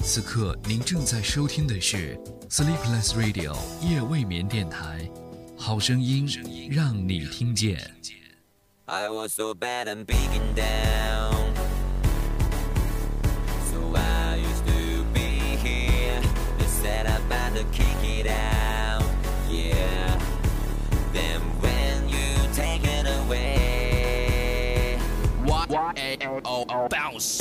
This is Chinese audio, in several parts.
此刻您正在收听的是 Sleepless Radio 夜未眠电台，好声音让你听见。 I was so bad and breaking down, so I used to be here. They said I better kick it out, yeah. Then when you take it away, bounce.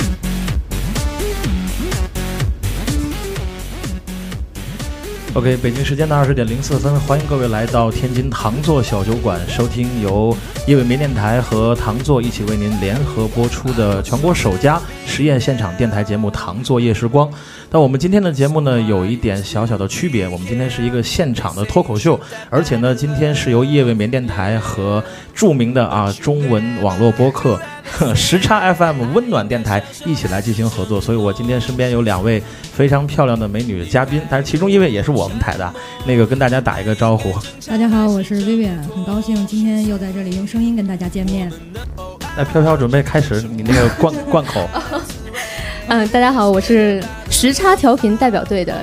OK， 北京时间的20:04，欢迎各位来到天津糖座小酒馆，收听由夜未眠电台和糖座一起为您联合播出的全国首家实验现场电台节目《糖座夜时光》。但我们今天的节目呢，有一点小小的区别，我们今天是一个现场的脱口秀，而且呢，今天是由夜未眠电台和著名的中文网络播客时差 FM 温暖电台一起来进行合作，所以我今天身边有2位非常漂亮的美女嘉宾，但是其中一位也是我们台的，那个跟大家打一个招呼。 大家好，我是 Vivian， 很高兴今天又在这里用声音跟大家见面。 那飘飘准备开始你那个贯口。 大家好，我是时差调频代表队的，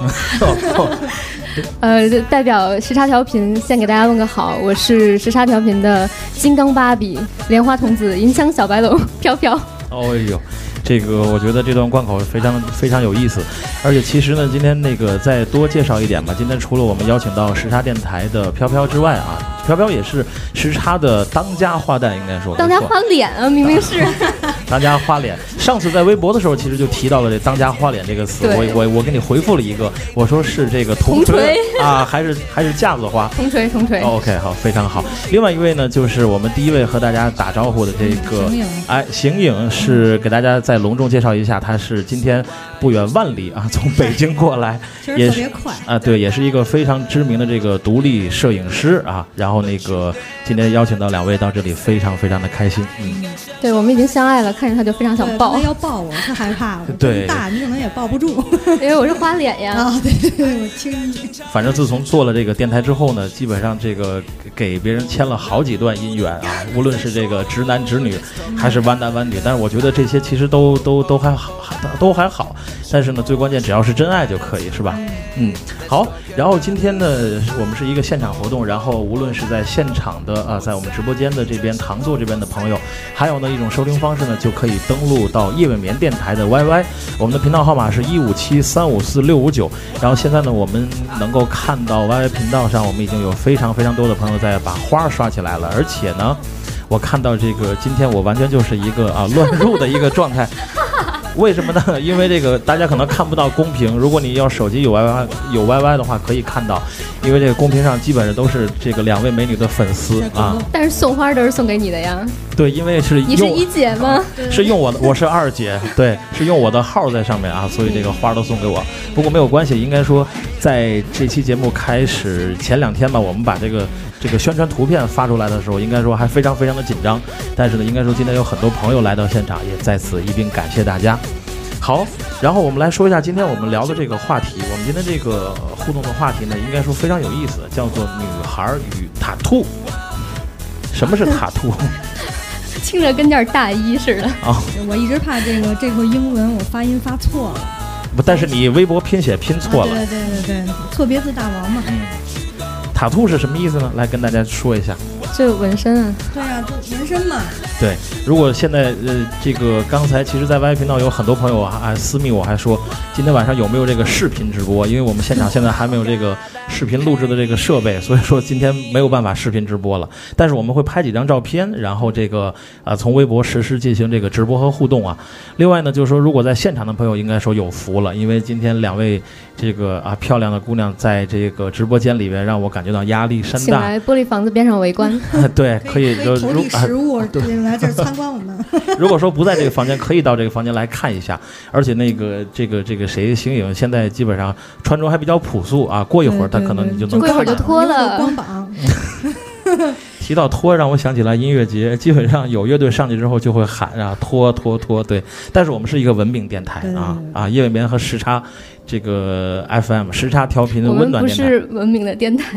代表时差调频先给大家问个好，我是时差调频的金刚芭比、莲花童子、银枪小白龙飘飘。 哦呦，这个我觉得这段贯口非常有意思，而且其实呢，今天那个再多介绍一点吧。今天除了我们邀请到时差电台的飘飘之外飘飘也是时差的当家花旦，应该说当家花脸啊，明明是当家花脸。上次在微博的时候，其实就提到了这当家花脸这个词，我给你回复了一个，我说是这个铜锤还是架子花？铜锤。OK， 好，非常好。另外一位呢，就是我们第一位和大家打招呼的这个邢颖，是给大家再隆重介绍一下，他是今天不远万里从北京过来， 也是特别快对，也是一个非常知名的这个独立摄影师然后那个今天邀请到2位到这里，非常的开心。 对，我们已经相爱了，看着他就非常想抱。 要抱我，太害怕了。 对， 大你可能也抱不住， 因为我是花脸呀。 对，我听你。 反正自从做了这个电台之后呢，基本上这个给别人签了好几段姻缘无论是这个直男直女，还是弯男弯女，但是我觉得这些其实都还好，但是呢，最关键只要是真爱就可以，是吧？好。然后今天呢，我们是一个现场活动，然后无论是在现场的在我们直播间的这边糖座这边的朋友，还有呢一种收听方式呢，就可以登录到夜未眠电台的 YY， 我们的频道号码是157354659。然后现在呢，我们能够看到 YY 频道上，我们已经有非常多的朋友在把花刷起来了，而且呢，我看到这个今天我完全就是一个乱入的一个状态。为什么呢？因为这个大家可能看不到公屏，如果你要手机有 YY 的话，可以看到，因为这个公屏上基本上都是这个2位美女的粉丝但是送花都是送给你的呀。 对，因为是你是1姐吗？ 是用我是2姐，对，是用我的号在上面所以这个花都送给我。不过没有关系，应该说在这期节目开始前2天吧，我们把这个宣传图片发出来的时候，应该说还非常的紧张，但是呢，应该说今天有很多朋友来到现场，也在此一并感谢大家。好，然后我们来说一下今天我们聊的这个话题。我们今天这个互动的话题呢，应该说非常有意思，叫做女孩与塔兔。什么是塔兔？ 听着跟件大衣似的我一直怕这个英文我发音发错了。 但是你微博拼写拼错了。 对，错别字大王嘛。 塔兔是什么意思呢？来跟大家说一下。 就纹身对就纹身嘛。 对，如果现在这个刚才其实在 Y 频道有很多朋友私密我还说今天晚上有没有这个视频直播，因为我们现场现在还没有这个视频录制的这个设备，所以说今天没有办法视频直播了，但是我们会拍几张照片，然后这个从微博实时进行这个直播和互动另外呢，就是说如果在现场的朋友应该说有福了，因为今天2位这个漂亮的姑娘在这个直播间里边，让我感觉到压力山大。请来玻璃房子边上围观对，可以投递食物来这儿参观我们。 如果说不在这个房间，可以到这个房间来看一下。而且那个这个谁邢颖现在基本上穿着还比较朴素过一会儿他可能你就能过一会儿就脱了光膀。 提到脱，让我想起来音乐节，基本上有乐队上去之后就会喊脱，对。但是我们是一个文明电台夜未眠和时差这个 FM 时差调频的温暖电台。 我们不是文明的电台。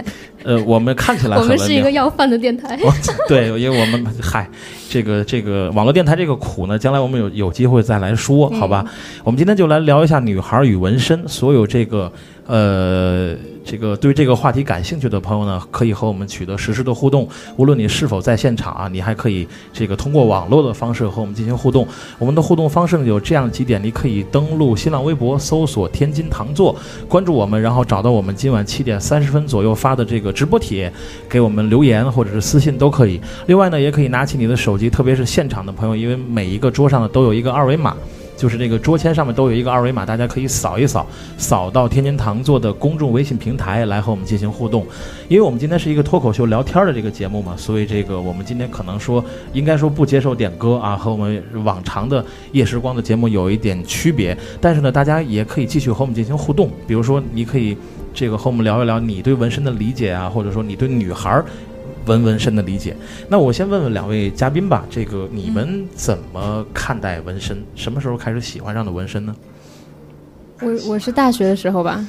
我们看起来很文明， 我们是一个要饭的电台。 对，因为我们这个网络电台这个苦呢，将来我们有机会再来说，好吧？我们今天就来聊一下女孩与纹身。所有这个对这个话题感兴趣的朋友呢，可以和我们取得实时的互动。无论你是否在现场啊，你还可以通过网络的方式和我们进行互动。我们的互动方式有这样几点：你可以登录新浪微博，搜索“天津糖座”，关注我们，然后找到我们今晚7点30分左右发的这个直播帖，给我们留言或者是私信都可以。另外呢，也可以拿起你的手机，特别是现场的朋友，因为每一个桌上呢都有一个二维码。就是这个桌签上面都有一个二维码，大家可以扫一扫，扫到天津糖座的公众微信平台来和我们进行互动。因为我们今天是一个脱口秀聊天的这个节目嘛，所以我们今天可能应该说不接受点歌啊，和我们往常的夜时光的节目有一点区别。但是呢，大家也可以继续和我们进行互动，比如说你可以和我们聊一聊你对纹身的理解啊，或者说你对女孩纹身的理解。那我先问问两位嘉宾吧，你们怎么看待纹身？什么时候开始喜欢上的纹身呢？ 我是大学的时候吧，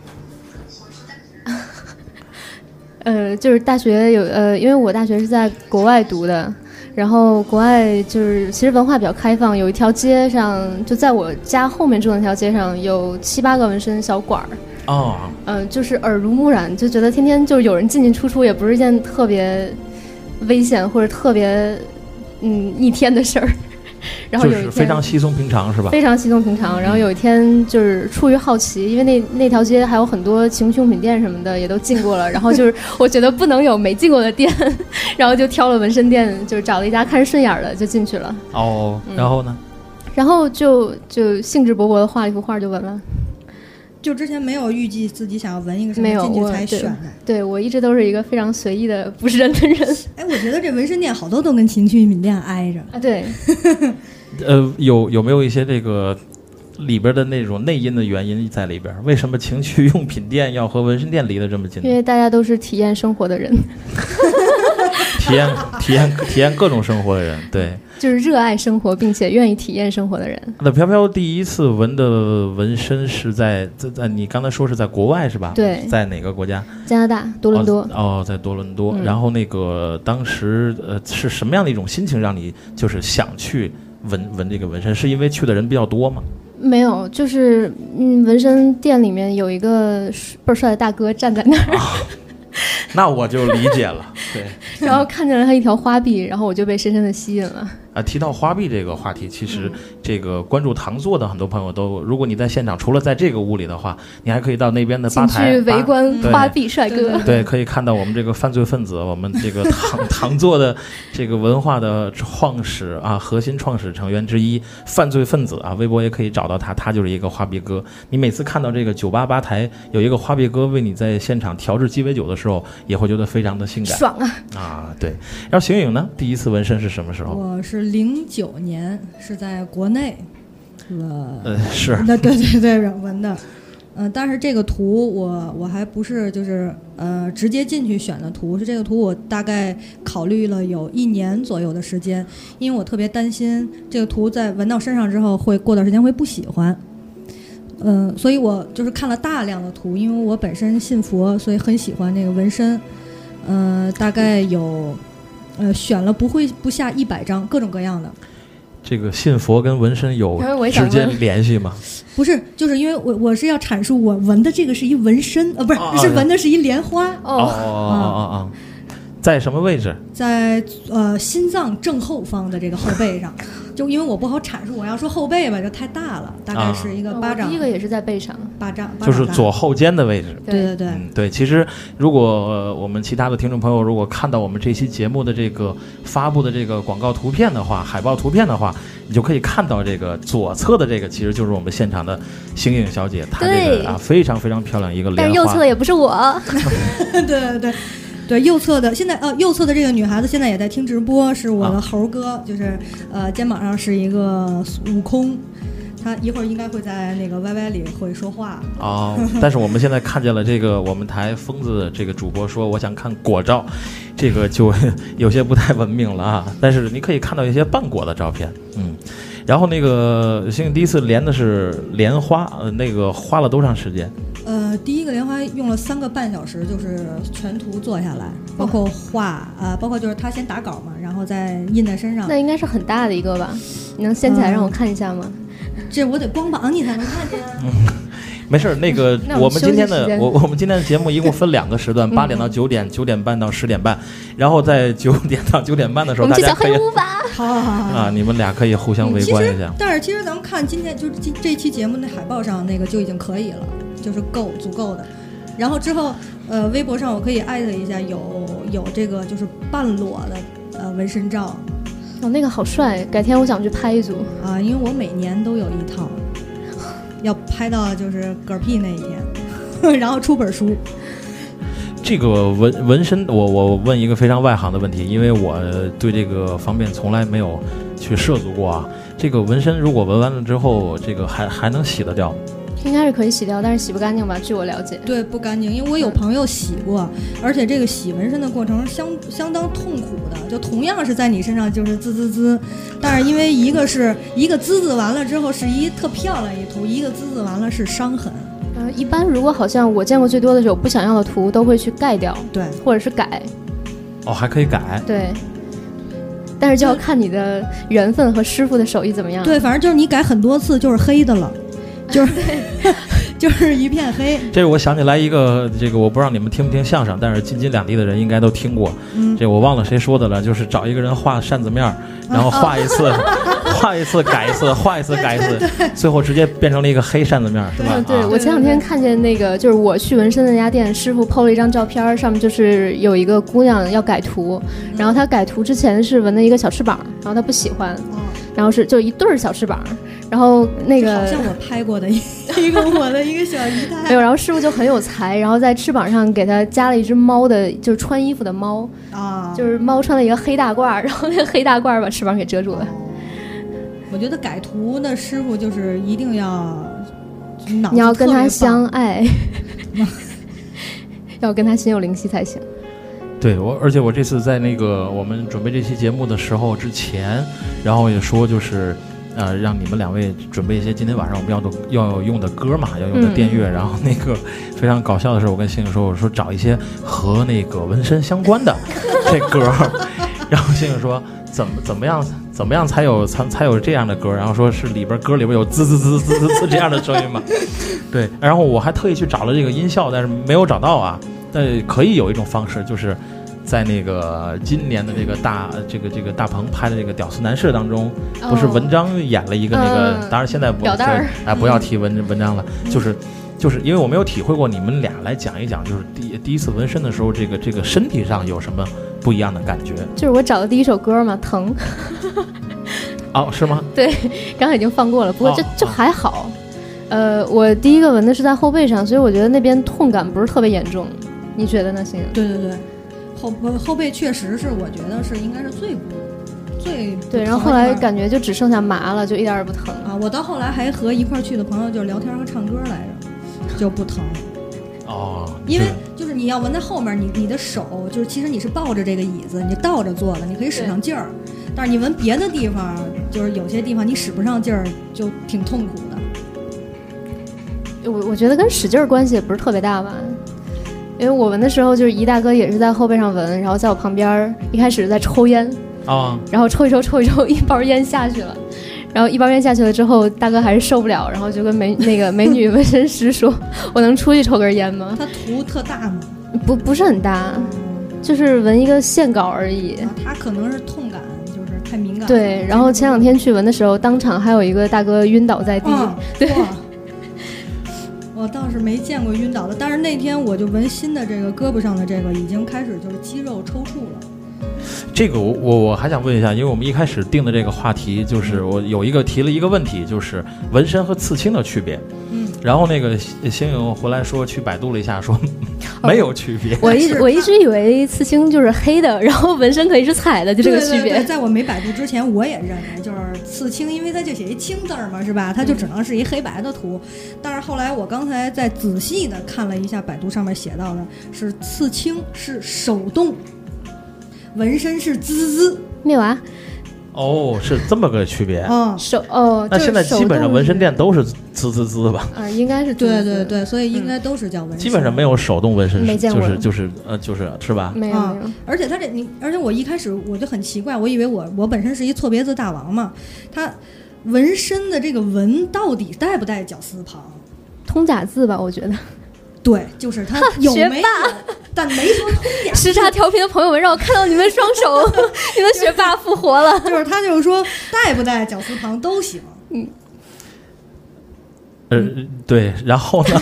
就是大学因为我大学是在国外读的，然后国外其实文化比较开放，有一条街上，就在我家后面住的那条街上，有7、8个纹身小馆儿。就是耳濡目染，就觉得天天就有人进进出出，也不是一件特别危险或者特别逆天的事儿。然后有一天就是非常稀松平常，是吧？ 非常稀松平常。然后有一天就是出于好奇，因为那条街还有很多情趣用品店什么的也都进过了，然后就是我觉得不能有没进过的店，然后就挑了纹身店，就是找了一家看着顺眼的就进去了。 然后呢？ 然后就兴致勃勃的画了一幅画就纹了。 就之前没有预计自己想要纹一个什么进去才选的。 对，我一直都是一个非常随意的不是人的人。 我觉得这纹身店好多都跟情趣用品店挨着啊。对。 有没有一些里边的那种内因的原因在里边？为什么情趣用品店要和纹身店离得这么近？ 因为大家都是体验生活的人。 体验各种生活的人，对， 就是热爱生活并且愿意体验生活的人。 那飘飘第一次纹的纹身是在你刚才说是在国外是吧？ 对， 在哪个国家？ 加拿大多伦多。 在多伦多。然后当时是什么样的一种心情让你就是想去纹这个纹身？是因为去的人比较多吗？ 没有，就是纹身店里面有一个倍儿帅的大哥站在那儿。 那我就理解了，对。 然后看见了他一条花臂，然后我就被深深的吸引了。 提到花臂这个话题，其实关注糖座的很多朋友都，如果你在现场，除了在这个屋里的话，你还可以到那边的吧台去围观花臂帅哥。 对，可以看到我们这个犯罪分子，我们糖座的文化的创始啊，核心创始成员之一，犯罪分子啊，微博也可以找到他就是一个花臂哥。你每次看到酒吧吧台有一个花臂哥为你在现场调制鸡尾酒的时候，也会觉得非常的性感， 爽啊！对。然后邢颖呢，第一次纹身是什么时候？ 我是09年，是在国内是对纹的。但是这个图我还不是直接进去选的图，是这个图我大概考虑了有1年左右的时间，因为我特别担心这个图在纹到身上之后会过段时间会不喜欢。所以我就是看了大量的图，因为我本身信佛，所以很喜欢这个纹身。大概有选了不下100张，各种各样的。 这个信佛跟纹身有直接联系吗？ 不是，就是因为我是要阐述我纹的这个是一纹身，不是，是纹的是一莲花。 在什么位置？ 在心脏正后方的这个后背上。就因为我不好阐述，我要说后背吧就太大了，大概是一个巴掌。 第一个也是在背上 ，8掌， 就是左后肩的位置。 对对。其实如果我们其他的听众朋友如果看到我们这期节目的发布的广告图片的话，海报图片的话，你就可以看到左侧的其实就是我们现场的邢颖小姐，她非常非常漂亮一个莲花。 但是右侧也不是我。 对，右侧的现在右侧的这个女孩子现在也在听直播，是我的猴哥，就是肩膀上是一个悟空，他一会儿应该会在那个 YY 里会说话但是我们现在看见了我们台疯子主播说我想看果照，就有些不太文明了啊。但是你可以看到一些半果的照片，然后邢颖第一次连的是莲花，花了多长时间？ 第一个莲花用了3个半小时，就是全图做下来，包括画包括就是他先打稿嘛，然后再印在身上。 那应该是很大的一个吧？你能掀起来让我看一下吗？ 这我得光膀你才能看见。 没事，那个我们今天的我们今天的节目一共分2个时段，8点到9点，9点半到10点半，然后在9点到9点半的时候，大家可以好啊，你们俩可以互相围观一下。 但是其实咱们看今天就是这期节目那海报上那个就已经可以了，就是足够的。然后之后微博上我可以艾特一下，有这个就是半裸的纹身照。 哦，那个好帅，改天我想去拍一组啊，因为我每年都有一套。要拍到就是嗝屁那一天，然后出本书。 这个纹身，我问一个非常外行的问题，因为我对这个方面从来没有去涉足过啊。这个纹身如果纹完了之后，这个还能洗得掉？ 应该是可以洗掉，但是洗不干净吧？据我了解， 对，不干净，因为我有朋友洗过，而且这个洗纹身的过程相当痛苦的，就同样是在你身上就是滋，但是因为一个滋完了之后是一特漂亮一图，一个滋完了是伤痕。 一般如果好像我见过最多的是有不想要的图都会去盖掉， 对， 或者是改。 哦，还可以改。 对。但是就要看你的缘分和师傅的手艺怎么样。 对，反正就是你改很多次就是黑的了。就是一片黑。 这我想起来一个，这个我不知道你们听不听相声，但是京津两地的人应该都听过。这我忘了谁说的了，就是找一个人画扇子面，然后画一次，画一次改一次，画一次改一次，最后直接变成了一一个黑扇子面，是吧？ 对，我前2天看见那个，就是我去纹身那家店，师傅 PO 了一张照片，上面就是有一个姑娘要改图，然后她改图之前是纹了一个小翅膀，然后她不喜欢，然后是就一对小翅膀，然后那个好像我拍过的一个我的一个小姨太， 没有，然后师傅就很有才，然后在翅膀上给她加了一只猫的，就是穿衣服的猫啊，就是猫穿了一个黑大褂，然后那个黑大褂把翅膀给遮住了。 我觉得改图的师傅就是一定要你要跟他相爱要跟他心有灵犀才行。 对，而且我这次在那个我们准备这期节目的时候之前，然后也说就是让你们2位准备一些今天晚上我们要用的歌嘛，要用的电乐，然后那个非常搞笑的是，我跟星星说，我说找一些和那个纹身相关的这歌，然后星星说怎么样才有这样的歌，然后说是歌里边有滋滋滋滋滋滋这样的声音嘛。对，然后我还特意去找了这个音效，但是没有找到啊。但可以有一种方式，就是在那个今年的这个大鹏拍的这个《屌丝男士》当中，不是文章演了一个那个，当然现在不要提文章了，就是因为我没有体会过，你们俩来讲一讲，就是第一次纹身的时候，这个身体上有什么不一样的感觉？就是我找的第一首歌嘛，疼。 哦，是吗？ 对，刚才已经放过了，不过就还好。我第一个纹的是在后背上，所以我觉得那边痛感不是特别严重。你觉得呢，星？ 对，后背确实是，我觉得是应该是最对，然后后来感觉就只剩下麻了，就一点也不疼啊。我到后来还和一块去的朋友就是聊天和唱歌来着，就不疼。 哦， 因为就是你要纹在后面，你的手就是其实你是抱着这个椅子，你倒着坐的，你可以使上劲儿。但是你纹别的地方，就是有些地方你使不上劲儿，就挺痛苦的。我觉得跟使劲儿关系也不是特别大吧。因为我纹的时候，就是一大哥也是在后背上纹，然后在我旁边一开始在抽烟然后抽一抽，一包烟下去了，然后一包烟下去了之后，大哥还是受不了，然后就跟美女纹身师说：“我能出去抽根烟吗？” 他图特大吗？ 不是很大，就是纹一个线稿而已。 他可能是痛感，就是太敏感。 对，然后前2天去纹的时候，当场还有一个大哥晕倒在地。对。 我倒是没见过晕倒的，但是那天我就纹新的这个胳膊上的这个已经开始就是肌肉抽搐了。 这个我还想问一下，因为我们一开始定的这个话题就是我提了一个问题，就是纹身和刺青的区别。然后那个星勇回来说去百度了一下，说没有区别。 我一直以为刺青就是黑的，然后纹身可以是彩的，就这个区别。 对，在我没百度之前，我也认为就是刺青，因为它就写一青字嘛，是吧？它就只能是一黑白的图。但是后来我刚才在仔细的看了一下百度上面写到的是刺青是手动，纹身是滋滋。 没有啊。 哦，是这么个区别。 那现在基本上纹身店都是滋吧？ 啊，应该是对，所以应该都是叫纹身。 基本上没有手动纹身， 没见过， 就是是吧？ 没有。 而且而且我一开始我就很奇怪，我以为我本身是一错别字大王嘛，他纹身的这个纹到底带不带绞丝旁？ 通假字吧，我觉得。 对，就是他有没有，但没说通假。 时差调频的朋友们，让我看到你们双手，你们学霸复活了。 就是说带不带绞丝旁都行。 对，然后呢？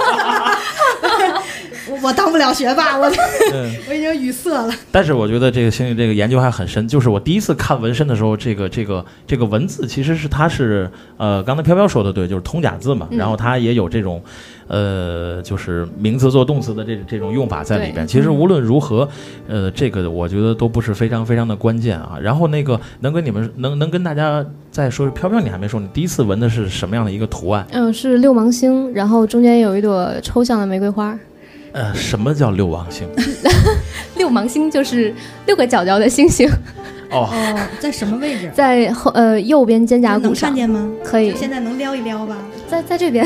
我当不了学霸，我已经语塞了。 但是我觉得这个星宇这个研究还很深，就是我第一次看纹身的时候，这个文字其实是它是刚才飘飘说的对，就是通假字嘛，然后它也有这种就是名词做动词的这种用法在里边。其实无论如何，这个我觉得都不是非常非常的关键啊。然后那个能跟你们能跟大家再说，飘飘你还没说，你第一次纹的是什么样的一个图案？ 是六芒星，然后中间有一朵抽象的玫瑰花。 什么叫六芒星？ 六芒星就是6个角角的星星。 在什么位置？ 在右边肩胛骨上。能看见吗？ 可以。 现在能撩一撩吧？ 在这边。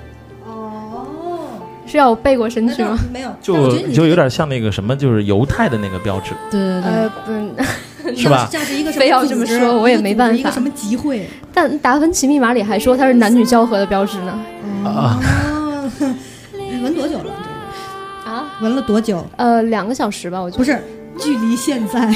是要我背过身去吗？ 没有， 就有点像那个什么，就是犹太的那个标志。 对， 是吧？ 像是一个非要这么说，我也没办法。 一个什么集会？ 但达芬奇密码里还说它是男女交合的标志呢。 纹多久了？纹了多久 ？2个小时吧，我觉得。 不是，距离现在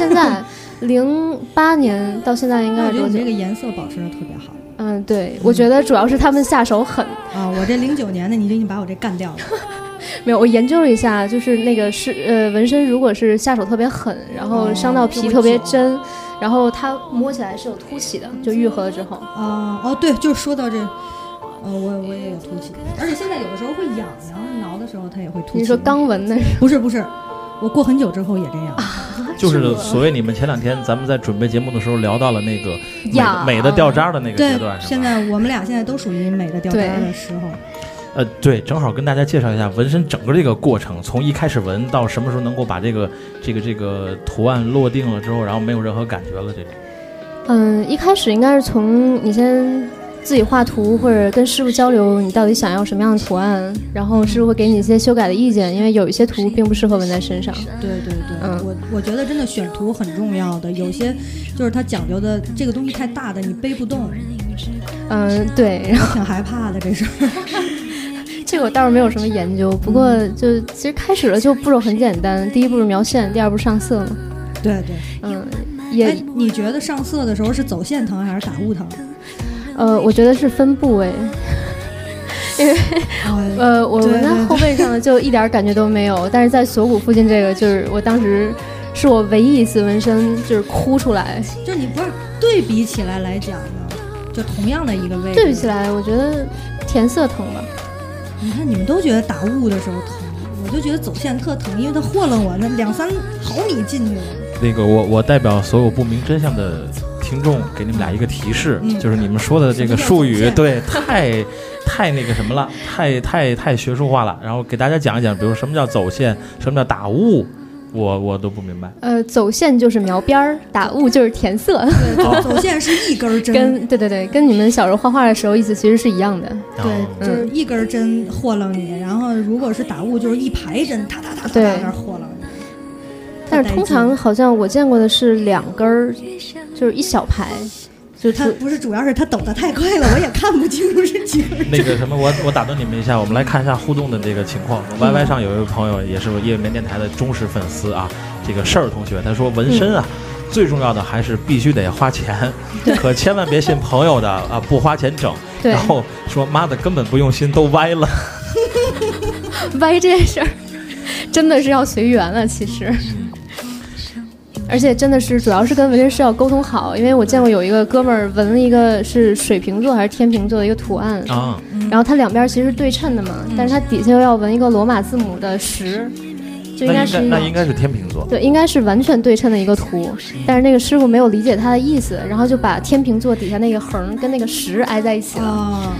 08年到现在应该是多久？ 你这个颜色保持的特别好。 对，我觉得主要是他们下手狠啊！我这09年的，你就已经把我这干掉了。 没有，我研究了一下，就是那个纹身，如果是下手特别狠，然后伤到皮特别真，然后它摸起来是有凸起的，就愈合了之后。 对，就是说到这。我也有凸起，而且现在有的时候会痒痒，挠的时候它也会凸起。 你说刚纹的？ 不是，我过很久之后也这样。 就是所谓你们前2天咱们在准备节目的时候聊到了那个美的掉渣的那个阶段， 对，现在我们俩现在都属于美的掉渣的时候。 对，正好跟大家介绍一下纹身整个这个过程，从一开始纹到什么时候能够把这个图案落定了之后，然后没有任何感觉了这种。 一开始应该是从你先自己画图，或者跟师傅交流你到底想要什么样的图案，然后师傅会给你一些修改的意见，因为有一些图并不适合纹在身上。 对，我觉得真的选图很重要的，有些就是它讲究的这个东西太大的你背不动。 对，然后挺害怕的这事儿。 这个我倒是没有什么研究，不过就其实开始了就步骤很简单，第一步是描线，第2步上色嘛。 对，你觉得上色的时候是走线疼还是打雾疼？ 我觉得是分部位，因为我纹在后背上就一点感觉都没有，但是在锁骨附近这个就是我当时是我唯一一次纹身就是哭出来。 就你不是对比起来讲呢，就同样的一个位置， 对比起来我觉得填色疼吧。 你看你们都觉得打雾的时候疼，我就觉得走线特疼，因为它和了我那2-3毫米进去了。 那个我代表所有不明真相的听众给你们俩一个提示，就是你们说的这个术语，对，太那个什么了，太学术化了。然后给大家讲一讲，比如什么叫走线，什么叫打雾，我都不明白。 走线就是描边儿，打雾就是填色。 对，走线是一根针。 跟你们小时候画画的时候意思其实是一样的。 对，就是一根针和了你，然后如果是打雾就是一排针，哒那和了你。 但是通常好像我见过的是2根，就是一小排。 就它不是，主要是它抖得太快了，我也看不清楚是几根。 那个什么，我打断你们一下，我们来看一下互动的这个情况。YY 上有一位朋友也是夜未眠电台的忠实粉丝啊，这个事儿同学他说纹身啊，最重要的还是必须得花钱，可千万别信朋友的啊，不花钱整。然后说妈的根本不用心，都歪了。 歪这件事儿真的是要随缘了，其实。而且真的是主要是跟纹身师要沟通好，因为我见过有一个哥们儿纹了一个是水瓶座还是天秤座的一个图案啊，然后它2边其实是对称的嘛，但是它底下又要纹一个罗马字母的10，就应该是那应该是天秤座， 对，应该是完全对称的一个图，但是那个师傅没有理解他的意思，然后就把天秤座底下那个横跟那个10挨在一起了。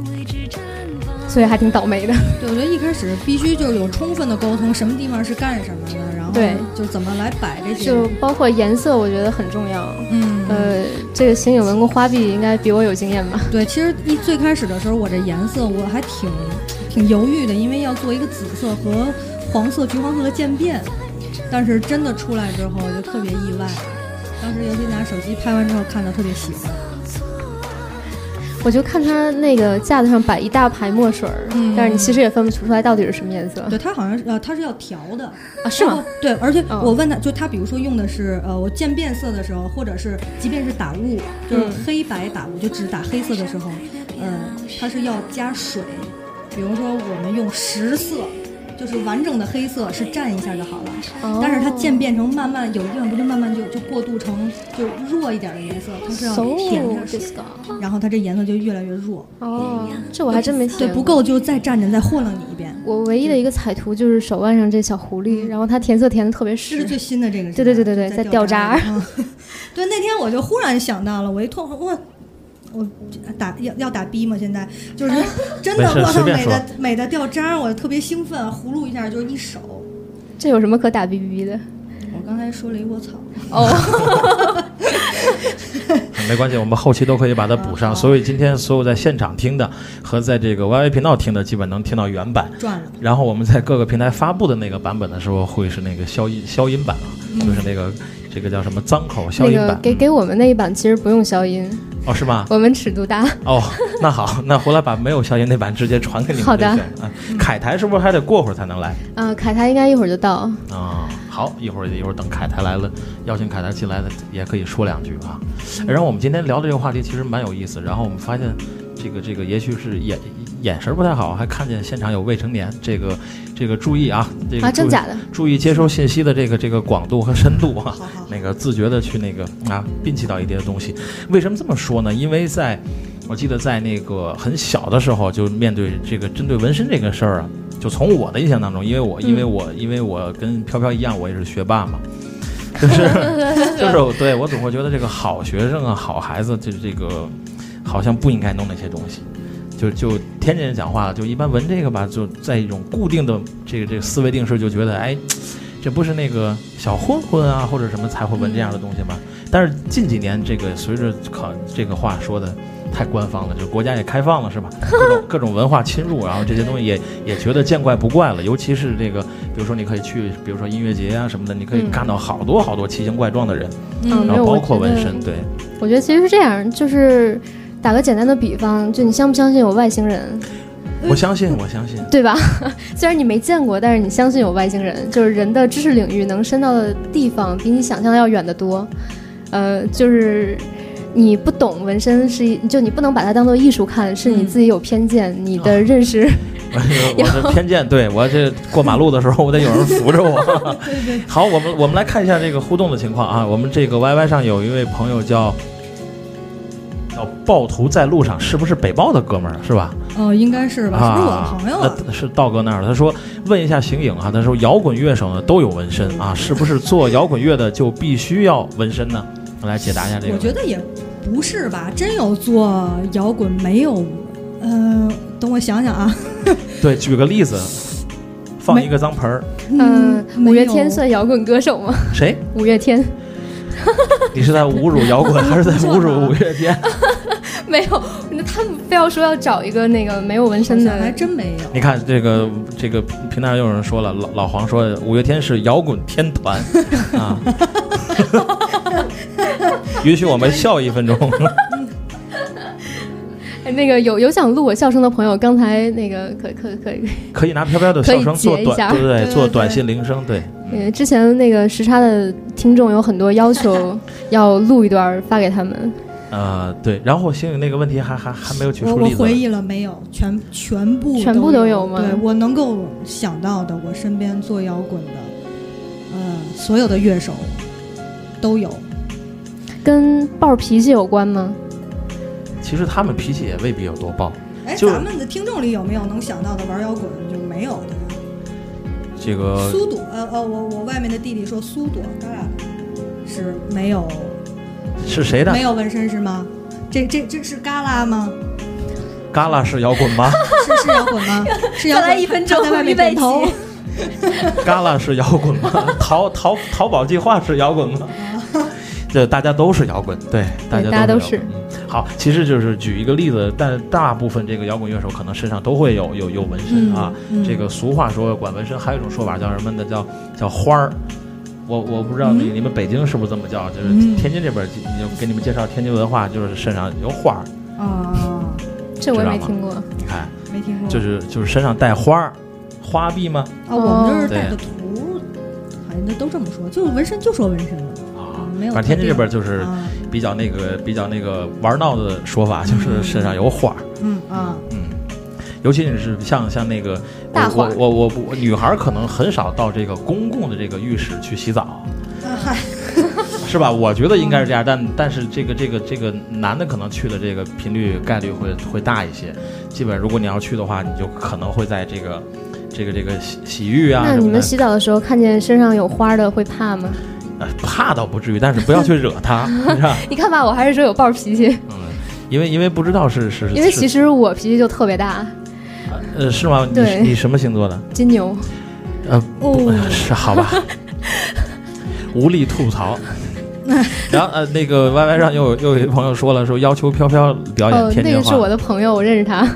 所以还挺倒霉的。 对，我觉得一开始必须就有充分的沟通，什么地方是干什么的，然后对就怎么来摆这些， 就包括颜色，我觉得很重要。 嗯， 这个邢颖文跟花臂应该比我有经验吧？ 对，其实最开始的时候，我这颜色我还挺犹豫的，因为要做一个紫色和黄色、橘黄色的渐变，但是真的出来之后就特别意外。当时尤其拿手机拍完之后，看到特别喜欢。 我就看它那个架子上摆一大排墨水，但是你其实也分不出来到底是什么颜色。 对，它好像是它是要调的啊，是吗？ 对，而且我问他，就他比如说用的是我渐变色的时候，或者是即便是打雾，就是黑白打雾，就只打黑色的时候，它是要加水。比如说我们用10色。就是完整的黑色是蘸一下就好了，但是它渐变成慢慢有一地方不就慢慢就过渡成就弱一点的颜色，它是要填下水，然后它这颜色就越来越弱。 哦，这我还真没体验过。 对，不够就再蘸着再和弄你一遍。 我唯一的一个彩图就是手腕上这小狐狸，然后它填色填的特别实。 这是最新的这个。 对，在掉渣。 对，那天我就忽然想到了，我一痛我要打逼吗？现在就是真的，我操，美的掉渣，我特别兴奋，葫芦一下就一手。 这有什么可打逼逼的？ 我刚才说了一卧槽。 哦， 没关系，我们后期都可以把它补上。所以今天所有在现场听的和在这个 YY 频道听的，基本能听到原版。 赚了。 然后我们在各个平台发布的那个版本的时候，会是那个消音版啊，就是那个这个叫什么脏口消音版。 那个给我们那一版其实不用消音。 哦，是吗？ 我们尺度大。 哦，那好，那回来把没有消音那版直接传给你们。 好的。 啊，凯台是不是还得过会儿才能来？ 凯台应该一会儿就到。 好，一会儿等凯台来了，邀请凯台进来的也可以说两句啊。然后我们今天聊的这个话题其实蛮有意思，然后我们发现这个也许是眼神不太好，还看见现场有未成年，这个注意啊，这个真假的， 注意接收信息的这个广度和深度啊，那个自觉的去那个摒弃到一些东西。为什么这么说呢？因为我记得在那个很小的时候就面对这个针对纹身这个事儿啊，就从我的印象当中，因为我跟飘飘一样，我也是学霸嘛，就是对我总会觉得这个好学生啊，好孩子，这个好像不应该弄那些东西。就天津人讲话了，就一般纹这个吧，就在一种固定的这个思维定式，就觉得这不是那个小混混啊或者什么才会纹这样的东西吗？但是近几年这个随着这个话说的太官方了，就国家也开放了是吧？各种文化侵入，然后这些东西也觉得见怪不怪了。尤其是这个，比如说你可以去，比如说音乐节啊什么的，你可以看到好多奇形怪状的人，然后包括纹身。对， 我觉得其实是这样，就是打个简单的比方，就你相不相信有外星人？ 我相信， 对吧？虽然你没见过，但是你相信有外星人。就是人的知识领域能伸到的地方比你想象的要远得多。就是你不懂纹身就你不能把它当做艺术看，是你自己有偏见，你的认识。 我的偏见，对，我这过马路的时候我得有人扶着我。 对。 好，我们来看一下这个互动的情况啊。我们这个 YY 上有一位朋友叫暴徒在路上，是不是北豹的哥们儿是吧？ 应该是吧，是不是我的朋友啊？ 是道哥那儿的。他说问一下邢颖啊，他说摇滚乐手呢都有纹身啊，是不是做摇滚乐的就必须要纹身呢？我来解答一下这个。 我觉得也不是吧，真有做摇滚没有？等我想想啊。 对，举个例子，放一个脏盆儿。 五月天算摇滚歌手吗？ 谁？ 五月天。 你是在侮辱摇滚还是在侮辱五月天？ 没有，他们非要说要找一个那个没有纹身的， 还真没有。 你看这个平台上有人说了，老黄说五月天是摇滚天团啊。允许我们笑1分钟。 那个有想录我笑声的朋友，刚才那个可以拿飘飘的笑声做短，对，做短信铃声，对。 之前那个时差的听众有很多要求要录一段发给他们。 对，然后邢颖那个问题还没有举出例子。 我回忆了没有？全部都有吗？ 对，我能够想到的，我身边做摇滚的，所有的乐手都有。 跟暴脾气有关吗？ 其实他们脾气也未必有多暴。 咱们的听众里有没有能想到的玩摇滚就没有的？ 这个苏朵，我外面的弟弟说苏朵嘎啦是没有， 是谁的？ 没有纹身是吗？这是嘎啦吗？ 嘎啦是摇滚吗？ 是摇滚吗？是摇滚。 再来1分钟， 在外面点头。 旮旯是摇滚吗？淘宝计划是摇滚吗？这大家都是摇滚，对，大家都是。好，其实就是举一个例子，但大部分这个摇滚乐手可能身上都会有纹身啊。这个俗话说管纹身，还有一种说法叫什么呢？叫花儿。我不知道你们北京是不是这么叫？就是天津这边给你们介绍天津文化，就是身上有花儿。 哦， 这我也没听过。 你看， 没听过。 就是身上带花儿，花臂吗？ 啊，我们这儿带的图，好像都这么说，就是纹身就说纹身了。没有， 反正天津这边就是比较那个玩闹的说法，就是身上有花。尤其是像那个大花， 我女孩可能很少到这个公共的这个浴室去洗澡，是吧？我觉得应该是这样，但是这个男的可能去的这个频率概率会大一些。基本如果你要去的话，你就可能会在这个洗浴啊。 那你们洗澡的时候看见身上有花的会怕吗？ 怕倒不至于，但是不要去惹他，是吧？ 你看吧，我还是说有暴脾气。 因为不知道是因为其实我脾气就特别大。 是吗？你什么星座的？ 金牛。 是好吧。无力吐槽。然后那个 YY 上又有一朋友说了，说要求飘飘表演天津话。 那个是我的朋友，我认识他。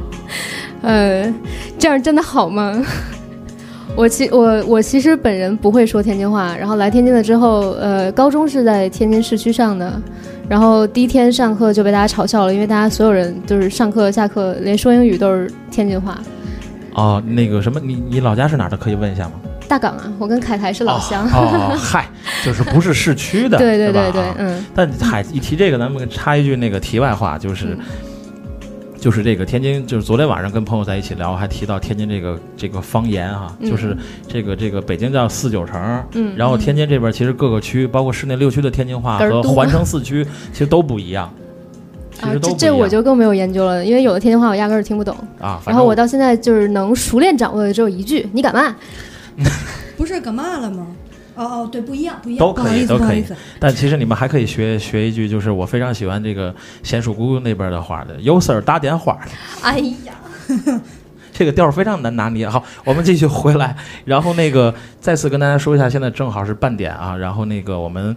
这样真的好吗？我其实本人不会说天津话，然后来天津了之后，高中是在天津市区上的，然后第一天上课就被大家嘲笑了，因为大家所有人都是上课下课连说英语都是天津话。 哦，那个什么，你老家是哪儿的？可以问一下吗？ 大港啊，我跟凯台是老乡。 嗨，就是不是市区的。 对， 但一提这个，咱们插一句那个题外话，就是这个天津，就是昨天晚上跟朋友在一起聊，还提到天津这个方言哈，就是这个北京叫4、9城，然后天津这边其实各个区，包括市内6区的天津话和环城4区其实都不一样。 这我就更没有研究了，因为有的天津话我压根儿听不懂啊。然后我到现在就是能熟练掌握的只有一句：“你敢嘛？” 不是干嘛了吗？对，不一样， 都可以。但其实你们还可以学一句，就是我非常喜欢这个娴熟姑姑那边的话的，有事儿打电话。 哎呀， 这个调非常难拿捏。好，我们继续回来，然后那个再次跟大家说一下，现在正好是半点啊，然后那个我们。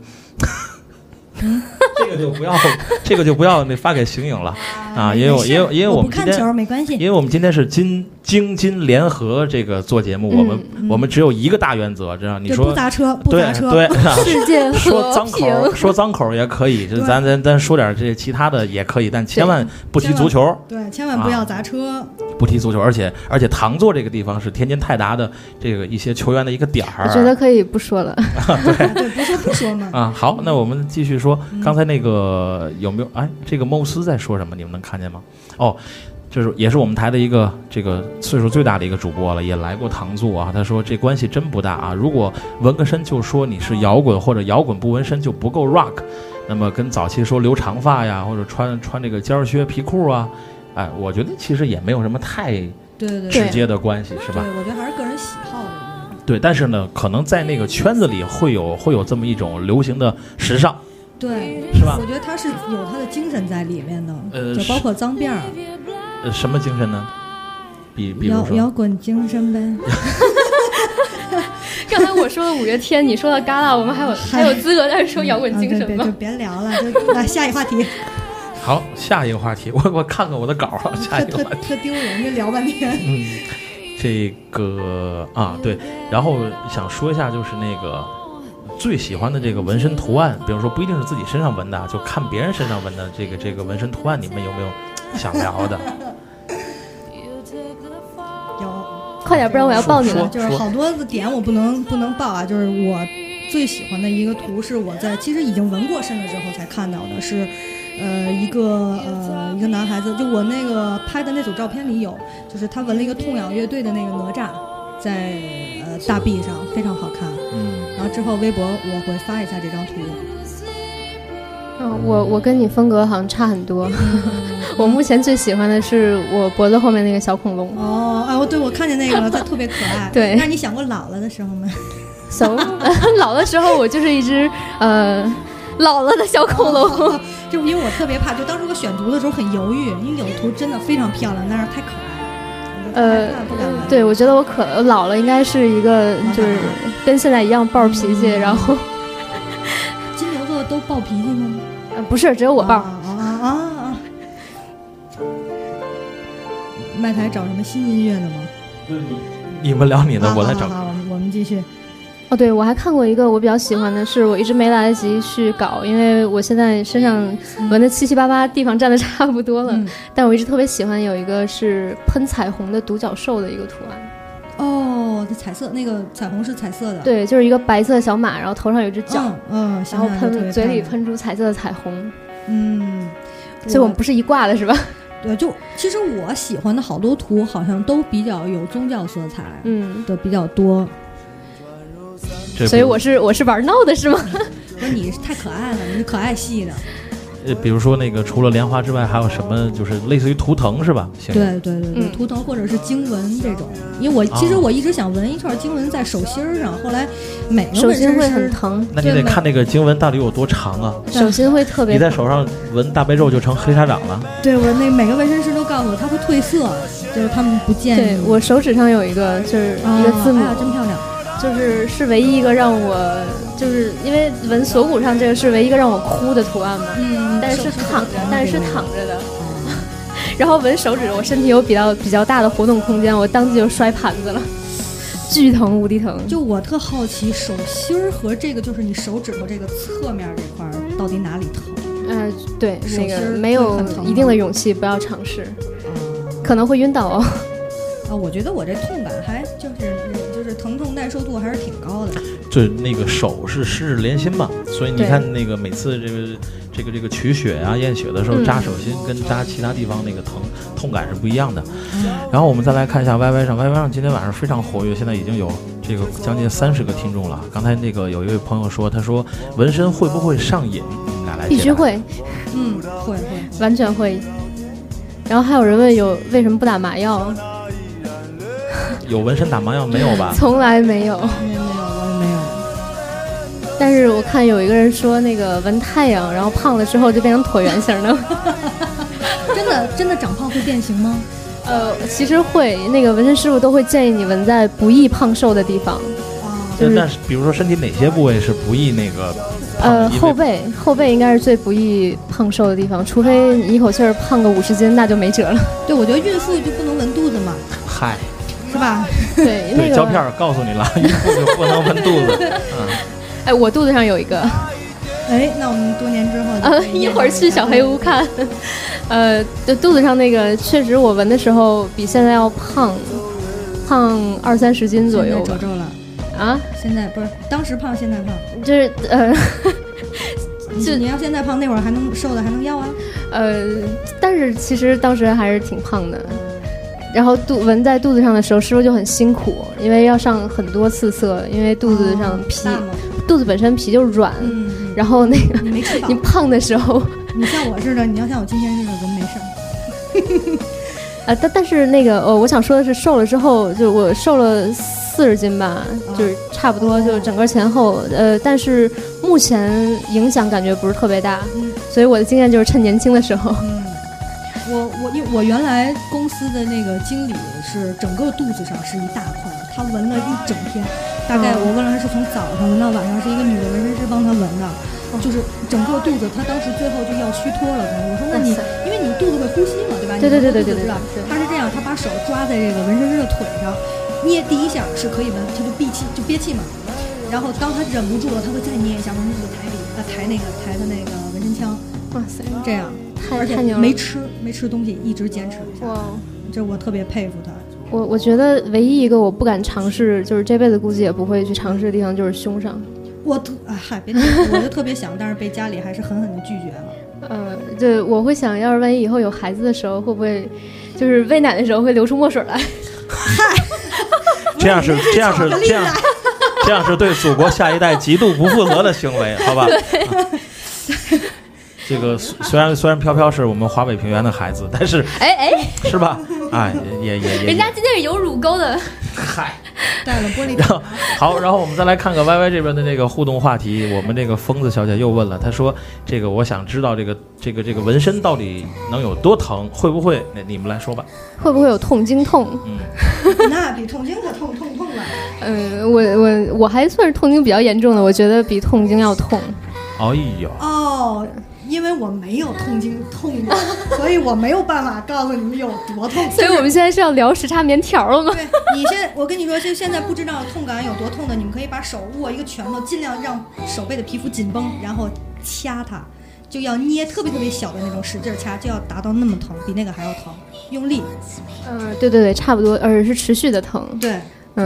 这个就不要那发给邢颖了啊，因为我们今天没关系， 因为我们今天是京津联合这个做节目，我们只有一个大原则，这样你说不砸车， 对， 世界和平， 说脏口也可以，就咱说点这其他的也可以，但千万不提足球， 对，千万不要砸车， 不提足球，而且唐座这个地方是天津泰达的这个一些球员的一个点儿， 我觉得可以不说了， 对，不说嘛啊，好，那我们继续说，刚才那个有没有这个莫斯在说什么？你们能看见吗？就是也是我们台的一个这个岁数最大的一个主播了，也来过唐座啊。他说这关系真不大啊，如果纹个身就说你是摇滚，或者摇滚不纹身就不够 rock， 那么跟早期说留长发呀，或者穿这个尖靴皮裤啊，我觉得其实也没有什么太直接的关系，是吧？ 对，我觉得还是个人喜好的。 对，但是呢，可能在那个圈子里会有这么一种流行的时尚。 对， 是吧？ 我觉得他是有他的精神在里面的，就包括脏辫儿。 什么精神呢？比如说摇滚精神呗。 刚才我说了5月天，你说到旮旯，我们还有资格再说摇滚精神吗？ 就别聊了，就来下一话题。 好，下一个话题，我看看我的稿啊，下一个话题。 特丢人，就聊半天。 这个对，然后想说一下，就是那个。最喜欢的这个纹身图案，比如说不一定是自己身上纹的，就看别人身上纹的这个纹身图案，你们有没有想聊的？ 有， 快点，不然我要爆你了。 就是好多个点我不能爆啊，就是我最喜欢的一个图是我在其实已经纹过身了之后才看到的，是一个男孩子，就我那个拍的那组照片里有，就是他纹了一个痛仰乐队的那个哪吒在大臂上，非常好看。然后之后微博我会发一下这张图。 我跟你风格好像差很多。我目前最喜欢的是我脖子后面那个小恐龙。 对，我看见那个了，它特别可爱。 对， 那你想过老了的时候吗？ 老的时候我就是一只老了的小恐龙。 就因为我特别怕，就当时我选图的时候很犹豫，因为有的图真的非常漂亮，但是太可爱了，我就对，我觉得我可老了，应该是一个就是跟现在一样暴脾气，然后金牛座都暴脾气吗？ 不是，只有我暴。 麦台找什么新音乐的吗？ 你们聊你的，我来找。 好，我们继续。 哦，对，我还看过一个我比较喜欢的是，我一直没来得及去搞，因为我现在身上纹的七七八八，地方占的差不多了。但我一直特别喜欢有一个是喷彩虹的独角兽的一个图案。 哦，彩色那个彩虹是彩色的。 对，就是一个白色小马，然后头上有一只角，然后嘴里喷出彩色的彩虹。所以我们不是一挂的是吧？ 对，就其实我喜欢的好多图好像都比较有宗教色彩，的比较多。 所以我是玩闹的是吗？ 不是，你太可爱了，你是可爱系的。 比如说那个除了莲花之外，还有什么就是类似于图腾是吧？ 对，图腾或者是经文这种。因为其实我一直想纹一串经文在手心上，后来每个手心会很疼。 那你得看那个经文到底有多长啊？ 手心会特别疼。 你在手上纹大悲咒就成黑砂掌了。 对，我那每个纹身师都告诉我，它会褪色，就是他们不建议。 对，我手指上有一个，就是一个字母， 真漂亮。 是唯一一个让我，就是因为纹锁骨上这个是唯一一个让我哭的图案嘛，但是躺着的，然后纹手指，我身体有比较大的活动空间，我当即就摔盘子了，巨疼无敌疼。 就我特好奇，手心和这个就是你手指头这个侧面这块到底哪里疼？ 对，那个没有一定的勇气不要尝试，可能会晕倒哦。 我觉得我这痛感还就是疼痛耐受度还是挺高的。 对，那个手是湿连心嘛，所以你看那个每次这个取血啊验血的时候扎手心跟扎其他地方那个痛感是不一样的。然后我们再来看一下 YY 上今天晚上非常活跃，现在已经有这个将近30个听众了。刚才那个有一位朋友说，他说纹身会不会上瘾？你们俩来。 必须会， 会完全会。然后还有人问为什么不打麻药？ 有纹身打麻药没有吧？ 从来没有， 没有。 但是我看有一个人说，那个纹太阳，然后胖了之后就变成椭圆形的。 真的长胖会变形吗？ 其实会，那个纹身师傅都会建议你纹在不易胖瘦的地方。 但是比如说身体哪些部位是不易那个？ 后背应该是最不易胖瘦的地方，除非你一口气儿胖个50斤，那就没辙了。 对，我觉得孕妇就不能纹肚子嘛。 嗨。 是吧？ 对，那个胶片告诉你了，孕妇就不能纹肚子。 我肚子上有一个。 那我们多年之后一会儿去小黑屋看。肚子上那个确实我纹的时候比现在要胖20-30斤左右。 褶皱了啊？ 现在不是当时胖，现在胖， 就是你要现在胖，那会儿还能瘦的还能要啊？ 但是其实当时还是挺胖的。然后纹在肚子上的时候，师傅就很辛苦，因为要上很多次色，因为肚子上皮，肚子本身皮就软，然后那个你胖的时候， 你像我似的，你要像我今天似的纹没事。 但是那个我想说的是，瘦了之后，就我瘦了40斤吧，就是差不多，就整个前后，但是目前影响感觉不是特别大，所以我的经验就是趁年轻的时候。 因为我原来公司的那个经理是整个肚子上是一大块，他纹了一整天，大概我问了他是从早上纹到晚上，是一个女的纹身师帮他纹的，就是整个肚子，他当时最后就要虚脱了。我说那你因为你肚子会呼吸嘛，对吧？ 对， 知道。他是这样，他把手抓在这个纹身师的腿上，捏第一下是可以纹，他就憋气嘛。然后当他忍不住了，他会再捏一下，纹身师抬他那个纹身枪。 哇塞， 这样。而且没吃东西，一直坚持下来。这我特别佩服他。 我觉得唯一一个我不敢尝试，就是这辈子估计也不会去尝试的地方，就是胸上。 我就特别想，但是被家里还是狠狠的拒绝了。 对，我会想要是万一以后有孩子的时候，会不会就是喂奶的时候会流出墨水来？ 嗨， 这样是对祖国下一代极度不负责的行为，好吧？这个虽然飘飘是我们华北平原的孩子，但是是吧？ 啊，也人家今天是有乳沟的。 嗨。 带了玻璃瓶。 好，然后我们再来看看 YY 这边的这个互动话题。我们这个疯子小姐又问了，她说：“这个我想知道这个纹身到底能有多疼？会不会？那你们来说吧。 会不会有痛经痛？ 那比痛经可痛了。 我还算是痛经比较严重的，我觉得比痛经要痛。 哎呦， 哦，因为我没有痛经痛过，所以我没有办法告诉你们有多痛。 所以我们现在是要聊时差棉条了吗？ 对，我跟你说，就现在不知道痛感有多痛的，你们可以把手握一个拳头，尽量让手背的皮肤紧绷，然后掐它，就要捏特别特别小的那种，使劲掐，就要达到那么疼，比那个还要疼，用力。 对对对，差不多，而且是持续的疼。 对，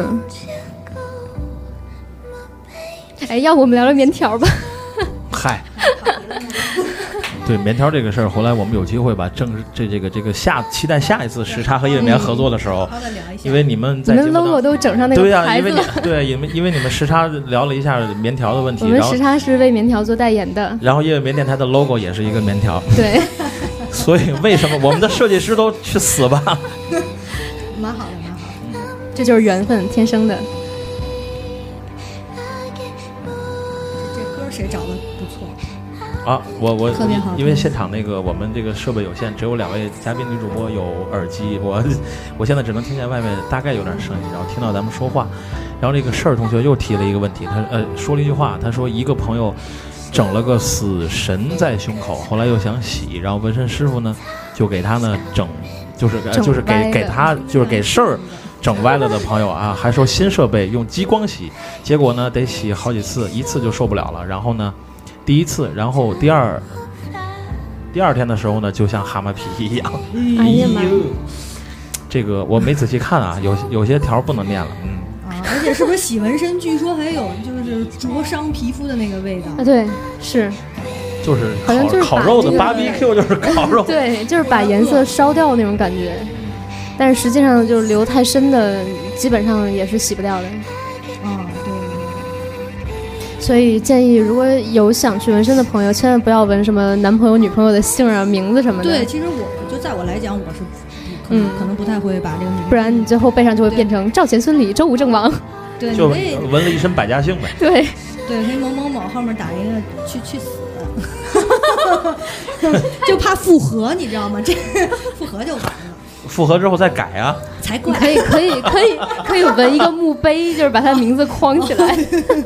哎，要不我们聊聊棉条吧？ 嗨。对棉条这个事儿，后来我们有机会吧，这个期待下一次时差和夜眠合作的时候，因为你们在 logo 都整上那个牌子了。 因为你们时差聊了一下棉条的问题， 我们时差是为棉条做代言的， 然后夜眠电台的 logo 也是一个棉条， 对。 所以为什么我们的设计师都去死吧？ 蛮好的， 这就是缘分，天生的。 这歌谁找的不错。 啊，我特别好， 因为现场那个我们这个设备有限，只有2位嘉宾女主播有耳机，我现在只能听见外面大概有点声音，然后听到咱们说话。然后这个事儿同学又提了一个问题，他说了一句话，他说一个朋友整了个死神在胸口，后来又想洗，然后纹身师傅呢就给他呢就是给他就是给事儿整歪了的朋友啊，还说新设备用激光洗，结果呢得洗好几次，一次就受不了了，然后呢。第一次，然后第二天的时候呢，就像蛤蟆皮一样。 哎呀妈呀！ 这个我没仔细看啊，有些条不能念了， 而且是不是洗纹身，据说还有就是灼伤皮肤的那个味道啊？对，是。 就是好像就是烤肉的 BBQ 就是烤肉。 对，就是把颜色烧掉那种感觉，但是实际上就是留太深的，基本上也是洗不掉的。所以建议，如果有想去纹身的朋友，千万不要纹什么男朋友、女朋友的姓啊、名字什么的。 对，其实在我来讲，我是可能不太会把这个名字， 不然你最后背上就会变成赵钱孙李周武郑王。 对， 就纹了一身百家姓呗。 对， 可以某某某后面打一个去死，就怕复合，你知道吗？这复合就完了。 复合之后再改啊？ 才怪！ 可以纹一个墓碑，就是把他的名字框起来。